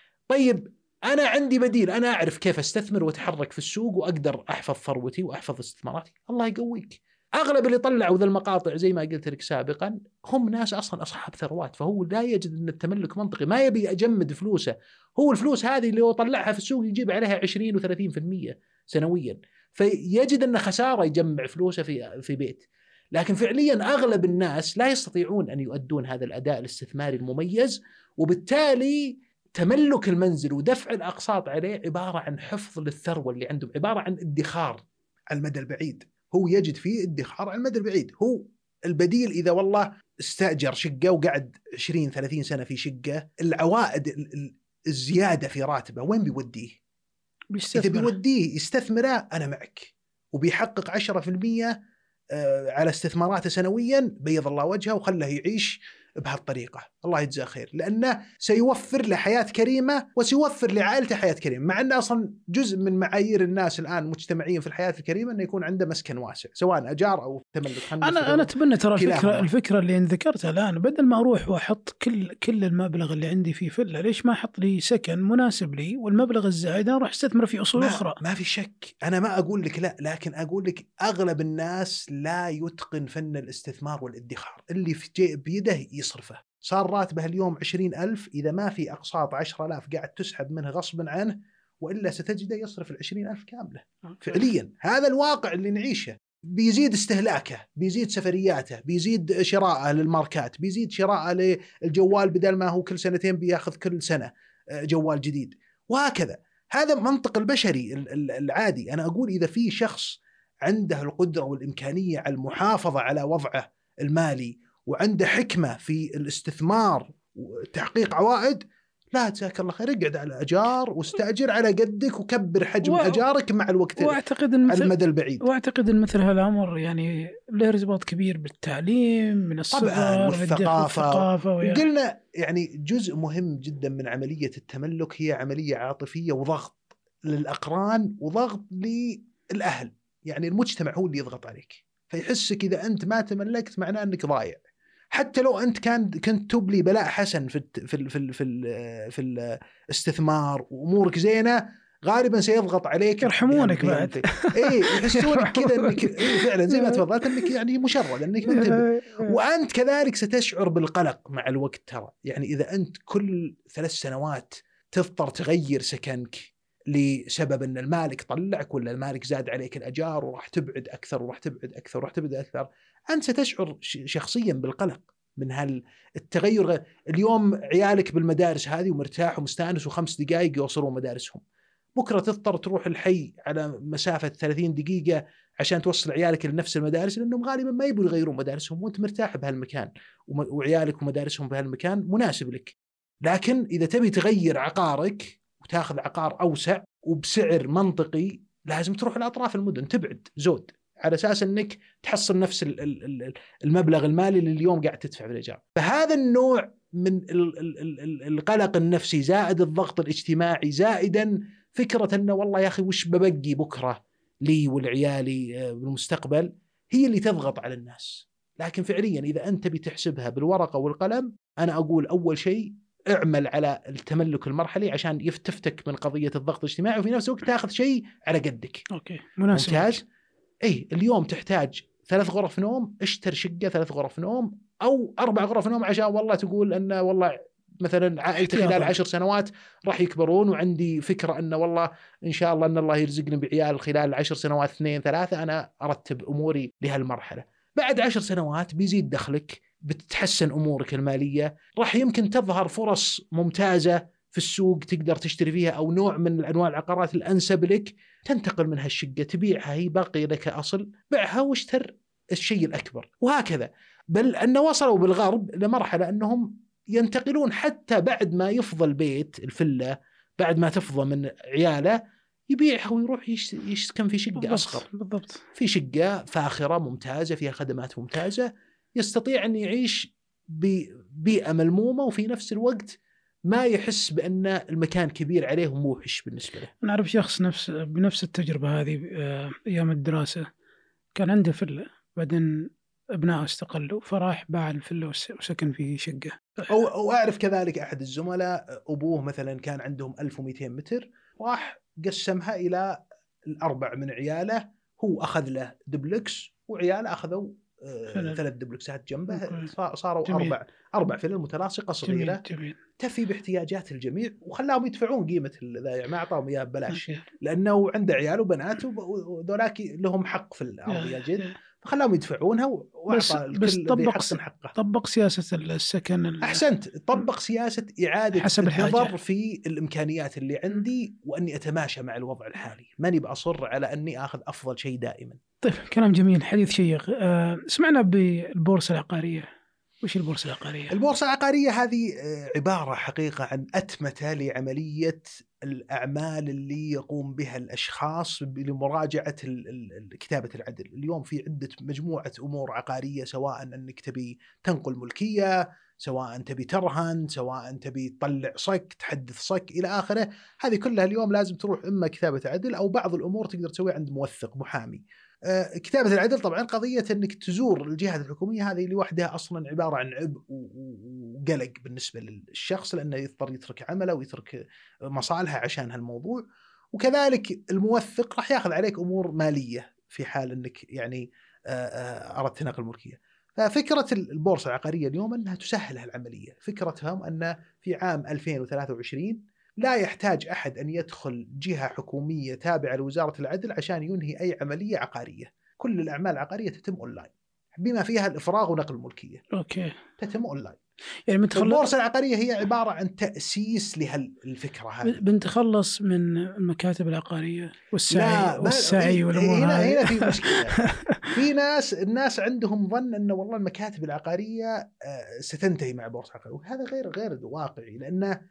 طيب أنا عندي بديل، أنا أعرف كيف أستثمر وأتحرك في السوق وأقدر أحفظ ثروتي وأحفظ استثماراتي. الله يقويك. أغلب اللي طلعوا ذا المقاطع زي ما قلت لك سابقا هم ناس أصلا أصحاب ثروات، فهو لا يجد أن التملك منطقي، ما يبي أجمد فلوسه. هو الفلوس هذه اللي هو طلعها في السوق يجيب عليها 20 و30% سنويا، فيجد أن خسارة يجمع فلوسه في بيت. لكن فعليا أغلب الناس لا يستطيعون أن يؤدون هذا الأداء الاستثماري المميز، وبالتالي تملك المنزل ودفع الأقساط عليه عبارة عن حفظ للثروة اللي عندهم، عبارة عن ادخار على المدى البعيد. هو يجد فيه ادخار على المدى البعيد. هو البديل إذا والله استأجر شقة وقعد 20-30 سنة في شقة، العوائد الزيادة في راتبه وين بيوديه؟ إذا بيوديه يستثمره أنا معك، وبيحقق 10% على استثماراته سنويا، بيض الله وجهه وخله يعيش بهالطريقة. الله يجزاه خير، لأنه سيوفر له حياة كريمة وسيوفر لعائلته حياة كريمة. مع أن أصلا جزء من معايير الناس الآن مجتمعيا في الحياة الكريمة أنه يكون عنده مسكن واسع سواء أجار أو تملك. أنا أتمنى ترى الفكرة اللي ذكرتها الآن، بدل ما أروح وأحط كل المبلغ اللي عندي في فيلا، ليش ما أحط لي سكن مناسب لي، والمبلغ الزائد أروح استثمر في أصول أخرى. ما في شك، أنا ما أقول لك لا، لكن أقول لك أغلب الناس لا يتقن فن الاستثمار والادخار. اللي في بيده يصرفه. صار راتبه اليوم 20,000، إذا ما في أقساط 10,000 قاعد تسحب منه غصبا عنه، وإلا ستجده يصرف 20,000 كاملة. فعليا هذا الواقع اللي نعيشه. بيزيد استهلاكه، بيزيد سفرياته، بيزيد شراءه للماركات، بيزيد شراءه للجوال، بدل ما هو كل سنتين بياخذ كل سنة جوال جديد، وهكذا. هذا منطق البشري العادي. أنا أقول إذا في شخص عنده القدرة والإمكانية على المحافظة على وضعه المالي، وعنده حكمة في الاستثمار وتحقيق عوائد، لا جزاك الله خير، اقعد على أجار واستأجر على قدك وكبر حجم أجارك مع الوقت على المدى البعيد. واعتقد ان مثل هالأمر يعني له ارتباط كبير بالتعليم من الصغر والثقافة. وقلنا يعني جزء مهم جدا من عملية التملك هي عملية عاطفية وضغط للأقران وضغط للأهل. يعني المجتمع هو اللي يضغط عليك، فيحسك إذا أنت ما تملكت معناه أنك ضايع. حتى لو أنت كنت تبلي بلاء حسن في الاستثمار وأمورك زينة، غالبا سيضغط عليك، يرحمونك يعني بعد. إيه، يحسونك كذا إنك فعلا زي ما تفضلت إنك يعني مشرد، إنك منتبه. وأنت كذلك ستشعر بالقلق مع الوقت. ترى يعني إذا أنت كل 3 سنوات تضطر تغير سكنك لسبب أن المالك طلعك ولا المالك زاد عليك الأجار وراح تبعد أكثر وراح تبعد أكثر وراح تبعد أكثر، أنت ستشعر شخصيا بالقلق من هالتغير. اليوم عيالك بالمدارس هذه ومرتاح ومستانس و5 دقائق يوصلوا مدارسهم، بكرة تضطر تروح الحي على مسافة 30 دقيقة عشان توصل عيالك لنفس المدارس، لأنهم غالبا ما يبوا يغيرون مدارسهم وأنت مرتاح بهالمكان وعيالك ومدارسهم بهالمكان مناسب لك. لكن إذا تبي تغير عقارك وتاخذ عقار أوسع وبسعر منطقي لازم تروح لأطراف المدن، تبعد زود على أساس أنك تحصل نفس المبلغ المالي اللي اليوم قاعد تدفع في الإيجار. فهذا النوع من القلق النفسي زائد الضغط الاجتماعي زائدا فكرة أنه والله يا أخي وش ببقي بكرة لي والعيالي بالمستقبل هي اللي تضغط على الناس. لكن فعليا إذا أنت بتحسبها بالورقة والقلم أنا أقول أول شيء اعمل على التملك المرحلي عشان تفتك من قضية الضغط الاجتماعي وفي نفس الوقت تاخذ شيء على قدك. أوكي مناسب. ممتاز. أي اليوم تحتاج 3 غرف نوم، اشتر شقة 3 غرف نوم أو 4 غرف نوم عشان والله تقول أن والله مثلا عائلتي خلال 10 سنوات راح يكبرون وعندي فكرة أن والله إن شاء الله أن الله يرزقني بعيال خلال 10 سنوات 2 3 أنا أرتب أموري لهالمرحلة. بعد 10 سنوات بيزيد دخلك، بتتحسن أمورك المالية، راح يمكن تظهر فرص ممتازة في السوق تقدر تشتري فيها أو نوع من أنواع العقارات الأنسب لك، تنتقل من هالشقة تبيعها، هي باقي لك أصل، بيعها واشتر الشيء الأكبر. وهكذا. بل أن وصلوا بالغرب لمرحلة أنهم ينتقلون حتى بعد ما يفضل بيت الفلة، بعد ما تفضى من عياله يبيعها ويروح يسكن في شقة أصغر. بالضبط. في شقة فاخرة ممتازة فيها خدمات ممتازة، يستطيع أن يعيش ببيئة ملمومة وفي نفس الوقت ما يحس بأن المكان كبير عليه وموحش بالنسبة له. أنا أعرف شخص بنفس التجربة هذه أيام الدراسة، كان عنده فلة بعدين أبنائه استقلوا فراح باع الفلة وسكن في شقة. أو أعرف كذلك أحد الزملاء أبوه مثلا كان عندهم 1200 متر راح قسمها إلى 4 من عياله، هو أخذ له دبلكس وعياله أخذوا 3 دبلكسات جنبه، صاروا جميل. 4 فلل متلاصقة صغيرة جميل. تفي باحتياجات الجميع، وخلاهم يدفعون قيمة ما أعطاهم إياه ببلاش لأنه عنده عيال وبنات وذولاك لهم حق في الأرض يا جد، فخلاهم يدفعونها وأعطى الكل حق حقه. طبق سياسة السكن. أحسنت. طبق سياسة إعادة النظر في الإمكانيات اللي عندي وأني أتماشى مع الوضع الحالي، ماني بأصر على أني أخذ أفضل شيء دائما. طيب كلام جميل، حديث شيق. سمعنا بالبورصة العقارية. وش البورصة العقارية؟ البورصة العقارية هذه عبارة حقيقة عن أتمتة لعملية الأعمال اللي يقوم بها الأشخاص لمراجعة كتابة العدل. اليوم في عدة مجموعة أمور عقارية، سواء أنك تبي تنقل ملكية، سواء تبي ترهن، سواء تبي تطلع صك، تحدث صك إلى آخره. هذه كلها اليوم لازم تروح إما كتابة عدل أو بعض الأمور تقدر تسويها عند موثق محامي. كتابة العدل طبعا قضية أنك تزور الجهات الحكومية هذه لوحدها أصلا عبارة عن عبء وقلق بالنسبة للشخص، لأنه يضطر يترك عمله ويترك مصالحه عشان هالموضوع. وكذلك الموثق راح ياخذ عليك أمور مالية في حال أنك يعني أردت تنقل الملكية. ففكرة البورصة العقارية اليوم أنها تسهل هالعملية. فكرتهم أن في عام 2023 لا يحتاج أحد أن يدخل جهة حكومية تابعة لوزارة العدل عشان ينهي أي عملية عقارية. كل الأعمال العقارية تتم أونلاين بما فيها الإفراغ ونقل الملكية. أوكي. تتم أونلاين. يعني البورصة العقارية هي عبارة عن تأسيس لهالفكرة هذه. بنتخلص من المكاتب العقارية والسعي والأمور هنا في مشكلة. في الناس عندهم ظن أن والله المكاتب العقارية ستنتهي مع البورصة العقارية، وهذا غير واقعي. لأن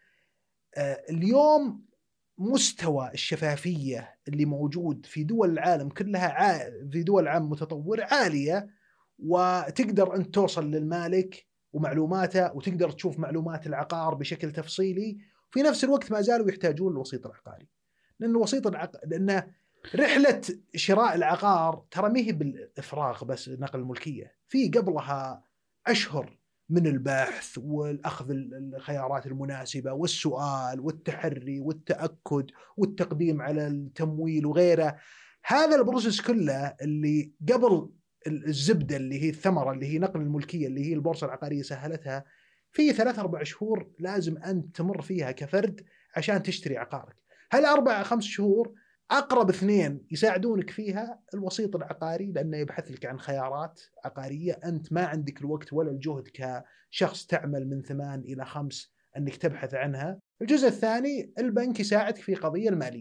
اليوم مستوى الشفافية اللي موجود في دول العالم كلها في دول العالم متطورة عالية، وتقدر أن توصل للمالك ومعلوماته وتقدر تشوف معلومات العقار بشكل تفصيلي. في نفس الوقت ما زالوا يحتاجون الوسيط العقاري، لأن رحلة شراء العقار ترى ما هي بالإفراغ بس نقل الملكية، في قبلها أشهر من البحث والأخذ الخيارات المناسبة والسؤال والتحري والتأكد والتقديم على التمويل وغيره. هذا البروسيس كله اللي قبل الزبدة اللي هي الثمرة اللي هي نقل الملكية اللي هي البورصة العقارية سهلتها، في 3-4 شهور لازم أن تمر فيها كفرد عشان تشتري عقارك. هل 4-5 شهور أقرب 2 يساعدونك فيها الوسيط العقاري، لأنه يبحث لك عن خيارات عقارية أنت ما عندك الوقت ولا الجهد كشخص تعمل من 8 إلى 5 أنك تبحث عنها. الجزء الثاني البنك يساعدك في قضية المالية،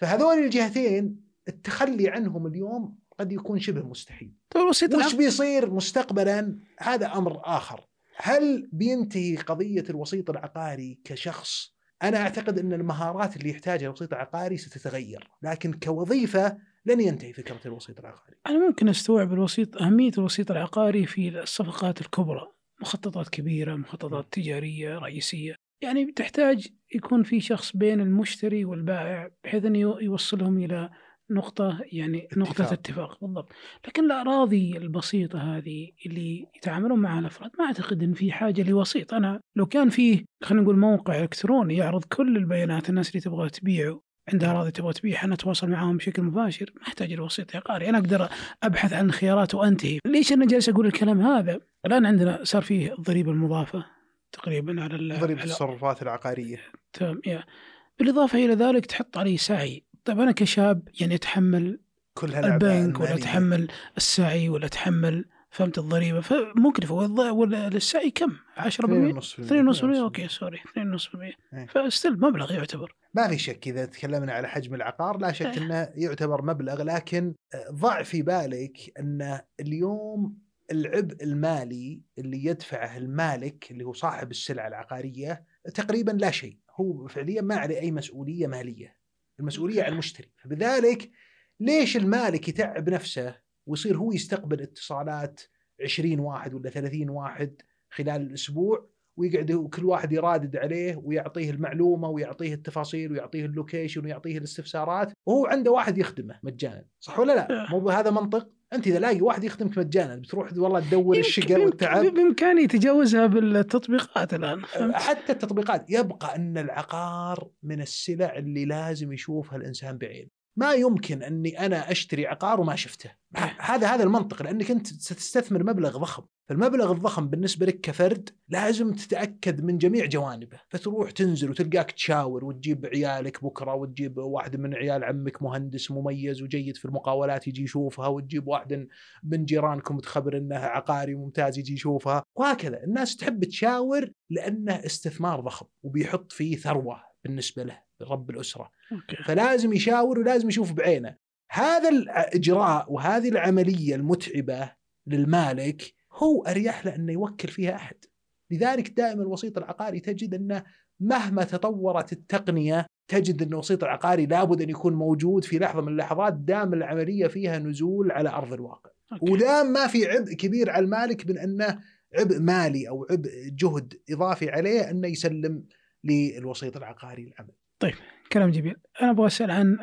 فهذول الجهتين التخلي عنهم اليوم قد يكون شبه مستحيل. وش بيصير مستقبلا هذا أمر آخر. هل بينتهي قضية الوسيط العقاري كشخص؟ أنا أعتقد أن المهارات اللي يحتاجها الوسيط العقاري ستتغير، لكن كوظيفة لن ينتهي فكرة الوسيط العقاري. أنا ممكن أستوعب أهمية الوسيط العقاري في الصفقات الكبرى، مخططات كبيرة، مخططات تجارية رئيسية، يعني تحتاج يكون في شخص بين المشتري والبائع بحيث أن يوصلهم إلى نقطة، يعني نقطة اتفاق بالضبط. لكن الأراضي البسيطة هذه اللي يتعاملون معها الأفراد ما أعتقد أن في حاجة لوسيط. أنا لو كان فيه خلينا نقول موقع إلكتروني يعرض كل البيانات الناس اللي تبغى تبيع عندها أراضي تبغى تبيع، أنا أتواصل معهم بشكل مباشر، ما أحتاج الوسيط عقاري، أنا أقدر أبحث عن خيارات وأنتهي. ليش أنا جالس أقول الكلام هذا؟ الآن عندنا صار فيه الضريبة المضافة تقريبا على ضريبة التصرفات العقارية. تمام. بالإضافة إلى ذلك تحط عليه سعي. طيب أنا كشاب يعني أتحمل كل البنك ولا أتحمل السعي ولا أتحمل فهمت الضريبة فمكلفة، والسعي كم 10%؟ 2.5%. أوكي سوري 2.5%. فاستل مبلغ يعتبر، ما في شك. إذا تكلمنا على حجم العقار لا شك أنه يعتبر مبلغ، لكن ضع في بالك أن اليوم العبء المالي اللي يدفعه المالك اللي هو صاحب السلعة العقارية تقريبا لا شيء، هو فعليا ما عليه أي مسؤولية مالية، المسؤولية على المشتري. فبذلك ليش المالك يتعب نفسه ويصير هو يستقبل اتصالات 20 واحد ولا 30 واحد خلال الأسبوع، ويقعد كل واحد يرادد عليه ويعطيه المعلومة ويعطيه التفاصيل ويعطيه اللوكيشن ويعطيه الاستفسارات، وهو عنده واحد يخدمه مجانا، صح ولا لا؟ مو بهذا منطق؟ أنت إذا لاقي واحد يخدمك مجانا بتروح والله تدور الشقة والتعب. بإمكانه يتجاوزها بالتطبيقات الآن. حتى التطبيقات. يبقى أن العقار من السلع اللي لازم يشوفها الإنسان بعين. ما يمكن أني أنا أشتري عقار وما شفته. هذا المنطق، لأنك أنت ستستثمر مبلغ ضخم. فالمبلغ الضخم بالنسبة لك كفرد لازم تتأكد من جميع جوانبه، فتروح تنزل وتلقاك تشاور وتجيب عيالك بكرة، وتجيب واحد من عيال عمك مهندس مميز وجيد في المقاولات يجي يشوفها، وتجيب واحد من جيرانكم تخبر أنه عقاري ممتاز يجي يشوفها، وهكذا. الناس تحب تشاور لأنه استثمار ضخم وبيحط فيه ثروة بالنسبة له رب الأسرة. فلازم يشاور ولازم يشوف بعينه. هذا الإجراء وهذه العملية المتعبة للمالك هو أريح له أنه يوكل فيها أحد. لذلك دائما الوسيط العقاري تجد أنه مهما تطورت التقنية تجد أن الوسيط العقاري لابد أن يكون موجود في لحظة من اللحظات دام العملية فيها نزول على أرض الواقع، ودام ما في عبء كبير على المالك من أنه عبء مالي أو عبء جهد إضافي عليه أنه يسلم للوسيط العقاري العمل. طيب كلام جميل. أنا أبغى أسأل عن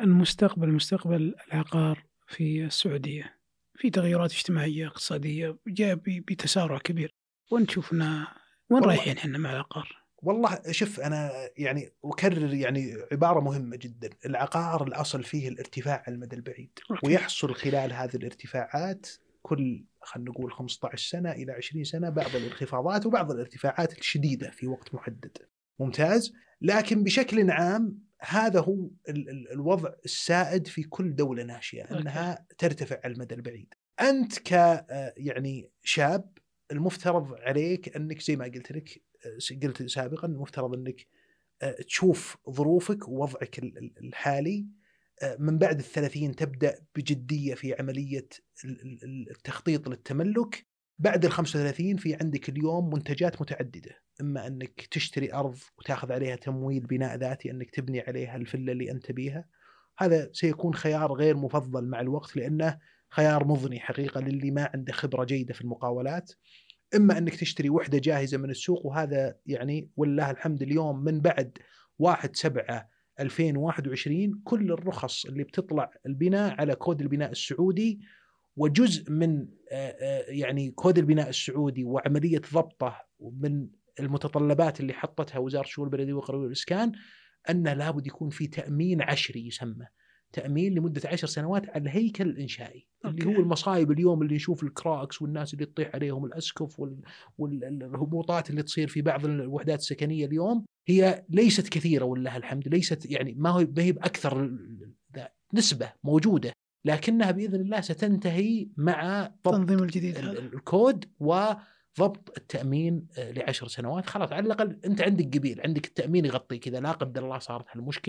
مستقبل العقار في السعودية، في تغيرات اجتماعية اقتصادية جاء بتسارع كبير، وين تشوفنا وين رايحين احنا مع العقار؟ والله شوف، أنا يعني أكرر يعني عبارة مهمة جدا. العقار الأصل فيه الارتفاع على المدى البعيد، ويحصل خلال هذه الارتفاعات كل خلينا نقول 15 سنة إلى 20 سنة بعض الانخفاضات وبعض الارتفاعات الشديدة في وقت محدد. ممتاز. لكن بشكل عام هذا هو الوضع السائد في كل دولة ناشئة، أنها ترتفع على المدى البعيد. أنت يعني شاب المفترض عليك أنك زي ما قلت سابقا، المفترض أنك تشوف ظروفك ووضعك الحالي. من بعد 30 تبدأ بجدية في عملية التخطيط للتملك. بعد 35 في عندك اليوم منتجات متعددة، إما أنك تشتري أرض وتأخذ عليها تمويل بناء ذاتي أنك تبني عليها الفلة اللي أنت بيها. هذا سيكون خيار غير مفضل مع الوقت لأنه خيار مضني حقيقة للي ما عنده خبرة جيدة في المقاولات. إما أنك تشتري وحدة جاهزة من السوق، وهذا يعني والله الحمد اليوم من بعد 1/7/2021 كل الرخص اللي بتطلع البناء على كود البناء السعودي، وجزء من يعني كود البناء السعودي وعملية ضبطه من المتطلبات اللي حطتها وزارة الشؤون البلدية والقروية والإسكان أنه لابد يكون في تأمين عشري، يسمى تأمين لمدة 10 سنوات على الهيكل الإنشائي. اللي هو المصايب اليوم اللي نشوف الكراكس والناس اللي تطيح عليهم الأسقف والهبوطات اللي تصير في بعض الوحدات السكنية اليوم هي ليست كثيرة والله الحمد، ليست يعني ما هي بأكثر نسبة موجودة، لكنها بإذن الله ستنتهي مع تنظيم الجديد هذا الكود وضبط التأمين ل10 سنوات. خلاص على الأقل أنت عندك قبيل، عندك التأمين يغطي كذا لا قدر الله صارت هالمشكلة،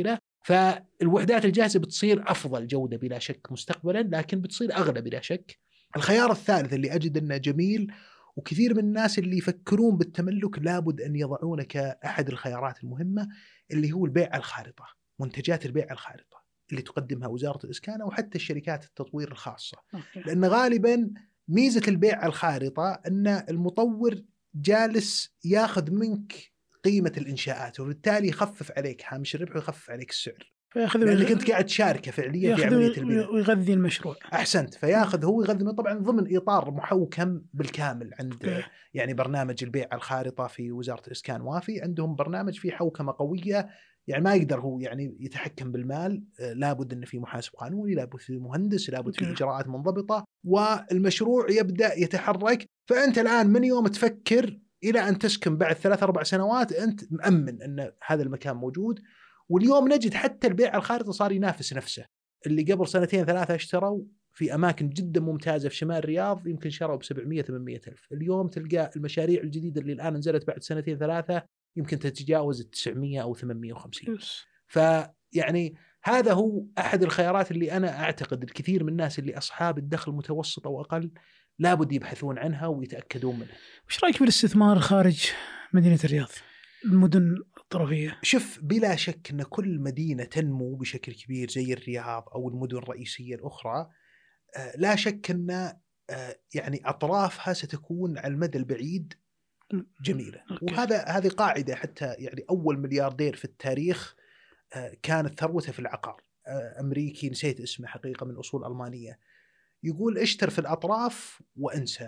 فالوحدات الجاهزة بتصير أفضل جودة بلا شك مستقبلا، لكن بتصير أغلى بلا شك. الخيار الثالث اللي أجد أنه جميل وكثير من الناس اللي يفكرون بالتملك لابد أن يضعونه كأحد الخيارات المهمة، اللي هو البيع الخارطة، منتجات البيع الخارطة اللي تقدمها وزارة الإسكان أو حتى الشركات التطوير الخاصة. لأن غالبا ميزة البيع الخارطة أن المطور جالس ياخذ منك قيمة الإنشاءات، وبالتالي يخفف عليك هامش الربح ويخفف عليك السعر، لأنك أنت قاعد تشاركه فعليا في عملية البيع ويغذي المشروع. أحسنت. فياخذ هو يغذي طبعا ضمن إطار محوكم بالكامل عند يعني برنامج البيع الخارطة في وزارة الإسكان وافي، عندهم برنامج فيه حوكمة قوية، يعني ما يقدر هو يعني يتحكم بالمال، لابد أن في محاسب قانوني، لابد في مهندس، لابد في إجراءات منضبطة، والمشروع يبدأ يتحرك. فأنت الآن من يوم تفكر إلى أن تسكن بعد 3-4 سنوات أنت مأمن أن هذا المكان موجود. واليوم نجد حتى البيع الخارطي صار ينافس نفسه. اللي قبل 2-3 اشتروا في أماكن جدا ممتازة في شمال الرياض يمكن شروا ب700-800 ألف، اليوم تلقى المشاريع الجديدة اللي الآن نزلت بعد 2-3 يمكن تتجاوز 900 أو 850. فيعني هذا هو أحد الخيارات اللي أنا أعتقد الكثير من الناس اللي أصحاب الدخل المتوسط أو أقل لابد يبحثون عنها ويتأكدون منها. وش رأيك بالاستثمار خارج مدينة الرياض، المدن الطرفية؟ شوف، بلا شك أن كل مدينة تنمو بشكل كبير زي الرياض أو المدن الرئيسية الأخرى لا شك أن يعني أطرافها ستكون على المدى البعيد جميلة. هذه قاعدة، حتى يعني أول ملياردير في التاريخ كانت ثروته في العقار، أمريكي نسيت اسمه حقيقة من أصول ألمانية، يقول اشتر في الأطراف وانسى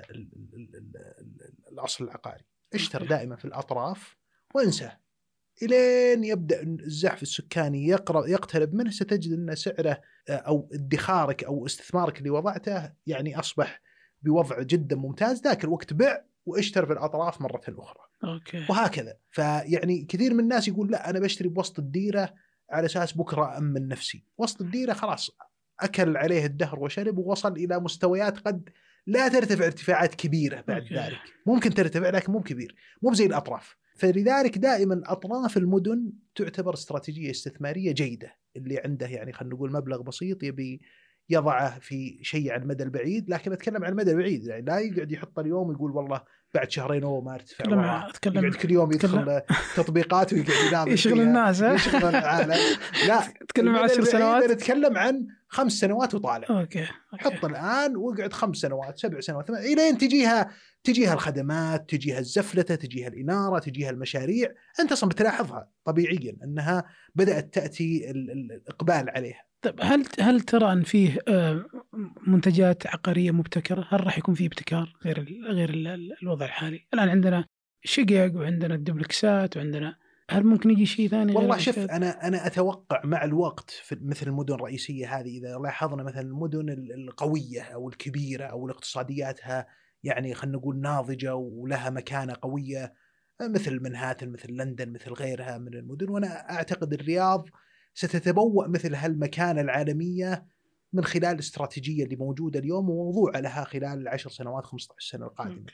الأصل العقاري، اشتر دائما في الأطراف وانسى إلين يبدأ الزحف السكاني يقترب منه، ستجد أن سعره أو ادخارك أو استثمارك اللي وضعته يعني أصبح بوضع جدا ممتاز، ذاك الوقت بع واشتر في الأطراف مرة أخرى. وهكذا. فيعني كثير من الناس يقول لا أنا بشتري بوسط الديرة على أساس بكرة أمن نفسي. وسط الديرة خلاص أكل عليه الدهر وشرب ووصل إلى مستويات قد لا ترتفع ارتفاعات كبيرة بعد ذلك، ممكن ترتفع لكن مو كبير، مو زي الأطراف. فلذلك دائما أطراف المدن تعتبر استراتيجية استثمارية جيدة، اللي عنده يعني خلينا نقول مبلغ بسيط يبي يضعه في شيء على المدى البعيد. لكن أتكلم عن المدى البعيد، يعني لا يقعد يحط اليوم يقول والله بعد شهرين ما ارتفع، يقعد كل يوم يدخل تطبيقات ويقعد ينام يشغل الناس، يشغل العالم. لا، تتكلم عن 10 سنوات، نتكلم عن 5 سنوات وطالع. حط الآن وقعد 5 سنوات 7 سنوات إلين تجيها الخدمات، تجيها الزفلتة، تجيها الإنارة، تجيها المشاريع. أنت أصلا بتلاحظها طبيعيا أنها بدأت تأتي الإقبال عليها. طيب هل ترى أن فيه منتجات عقارية مبتكرة؟ هل راح يكون فيه ابتكار غير الوضع الحالي؟ الآن عندنا شقق وعندنا الدبلكسات وعندنا، هل ممكن يجي شيء ثاني؟ والله شوف، أنا أتوقع مع الوقت في مثل المدن الرئيسية هذه، إذا لاحظنا مثلا المدن القوية أو الكبيرة أو الاقتصادياتها يعني خلينا نقول ناضجة ولها مكانة قوية، مثل منهاتن، مثل لندن، مثل غيرها من المدن. وأنا أعتقد الرياض ستتبوأ مثل هالمكانة العالمية من خلال الاستراتيجية اللي موجودة اليوم وموضوع لها خلال 10 سنوات 15 سنة القادمة.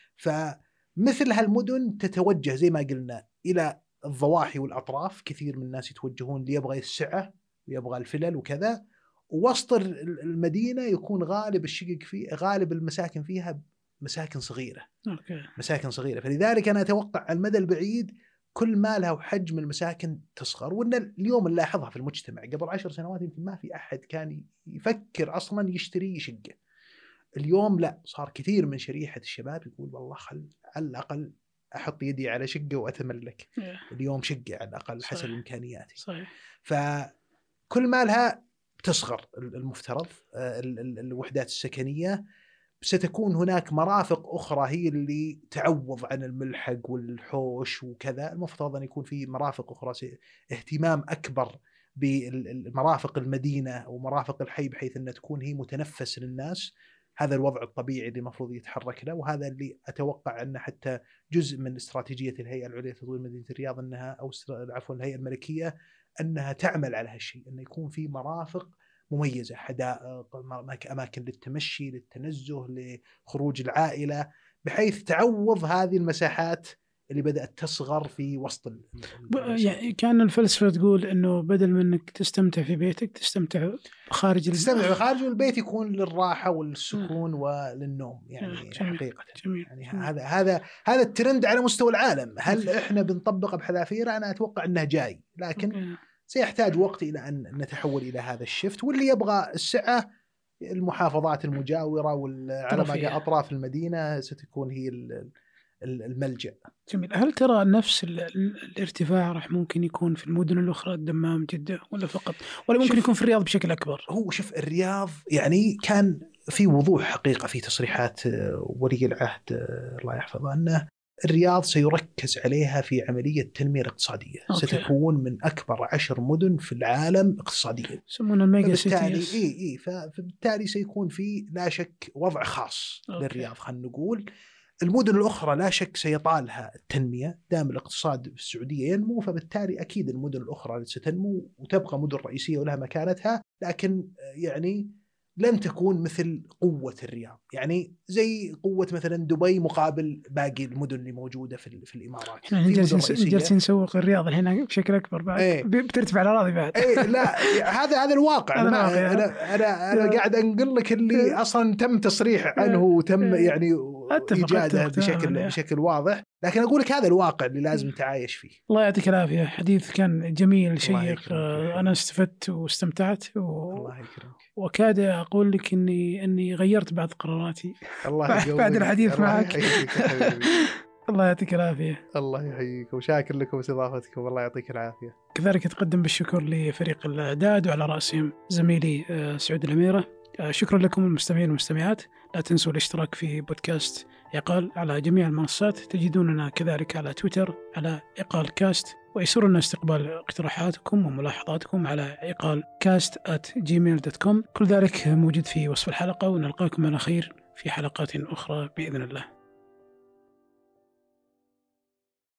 فمثل هالمدن تتوجه زي ما قلنا إلى الضواحي والأطراف. كثير من الناس يتوجهون ليبغى السعة ويبغى الفلل وكذا، ووسط المدينة يكون غالب الشقق فيه، غالب المساكن فيها مساكن صغيرة. مساكن صغيرة. فلذلك أنا أتوقع على المدى البعيد كل ما لها حجم المساكن تصغر. وأن اليوم نلاحظها في المجتمع، قبل 10 سنوات يمكن ما في أحد كان يفكر أصلا يشتري شقة. اليوم لا، صار كثير من شريحة الشباب يقول والله خل على الأقل أحط يدي على شقة وأتملك اليوم شقة على الأقل حسب إمكانياتي. صحيح. فكل ما لها تصغر المفترض الوحدات السكنية، ستكون هناك مرافق أخرى هي اللي تعوض عن الملحق والحوش وكذا. المفترض أن يكون في مرافق أخرى اهتمام أكبر بالمرافق المدينة ومرافق الحي، بحيث أن تكون هي متنفس للناس. هذا الوضع الطبيعي اللي المفروض يتحرك له، وهذا اللي أتوقع أنه حتى جزء من استراتيجية الهيئة العليا لتطوير مدينة الرياض أنها الهيئة الملكية أنها تعمل على هالشيء، أنه يكون في مرافق مميزة، حدائق، أماكن للتمشي، للتنزه، لخروج العائلة، بحيث تعوض هذه المساحات اللي بدأت تصغر في وسط يعني كان الفلسفة تقول إنه بدل من إنك تستمتع في بيتك تستمتع خارج البيت يكون للراحة والسكون وللنوم يعني جميل. حقيقة جميل. يعني هذا الترند على مستوى العالم. هل إحنا بنطبقه بحذافيره؟ أنا أتوقع أنه جاي، لكن سيحتاج وقت إلى أن نتحول إلى هذا الشفت. واللي يبغى السعة المحافظات المجاورة على ما أطراف المدينة ستكون هي الملجأ. جميل. هل ترى نفس الارتفاع راح ممكن يكون في المدن الأخرى، الدمام، جدة، ولا فقط، ولا ممكن يكون في الرياض بشكل أكبر؟ هو شوف الرياض يعني كان في وضوح حقيقة في تصريحات ولي العهد الله يحفظه أنه الرياض سيركز عليها في عملية التنمية الاقتصادية. ستكون من أكبر 10 مدن في العالم اقتصاديا، يسمونها الميجا سيتيز. فبالتالي سيكون في لا شك وضع خاص للرياض. خلينا نقول المدن الأخرى لا شك سيطالها التنمية دام الاقتصاد في السعودية ينمو، فبالتالي أكيد المدن الأخرى ستنمو وتبقى مدن رئيسية ولها مكانتها، لكن يعني لن تكون مثل قوة الرياض، يعني زي قوة مثلا دبي مقابل باقي المدن اللي موجودة في الإمارات. احنا جالسين نسوق الرياض الحين بشكل أكبر بعد بترتفع الأراضي بعد. لا هذا الواقع. أنا قاعد أنقل لك اللي أصلا تم تصريح عنه وتم يعني إيجاده بشكل واضح، لكن أقول لك هذا الواقع اللي لازم نتعايش فيه. الله يعطيك العافية، حديث كان جميل شيق، أنا استفدت واستمتعت الله يكرمك. وكاد أقول لك إني غيرت بعض قراراتي بعد الحديث معك. الله يعطيك العافية. الله يحييك وشاكر لكم استضافتكم، الله يعطيك العافية. كذلك أتقدم بالشكر لفريق الإعداد وعلى رأسهم زميلي سعود الأميرة. شكرا لكم المستمعين والمستمعات. لا تنسوا الاشتراك في بودكاست عقال على جميع المنصات، تجدوننا كذلك على تويتر على عقال كاست، ويسرنا استقبال اقتراحاتكم وملاحظاتكم على عقالكاست@gmail.com. كل ذلك موجود في وصف الحلقة، ونلقاكم على خير في حلقات أخرى بإذن الله.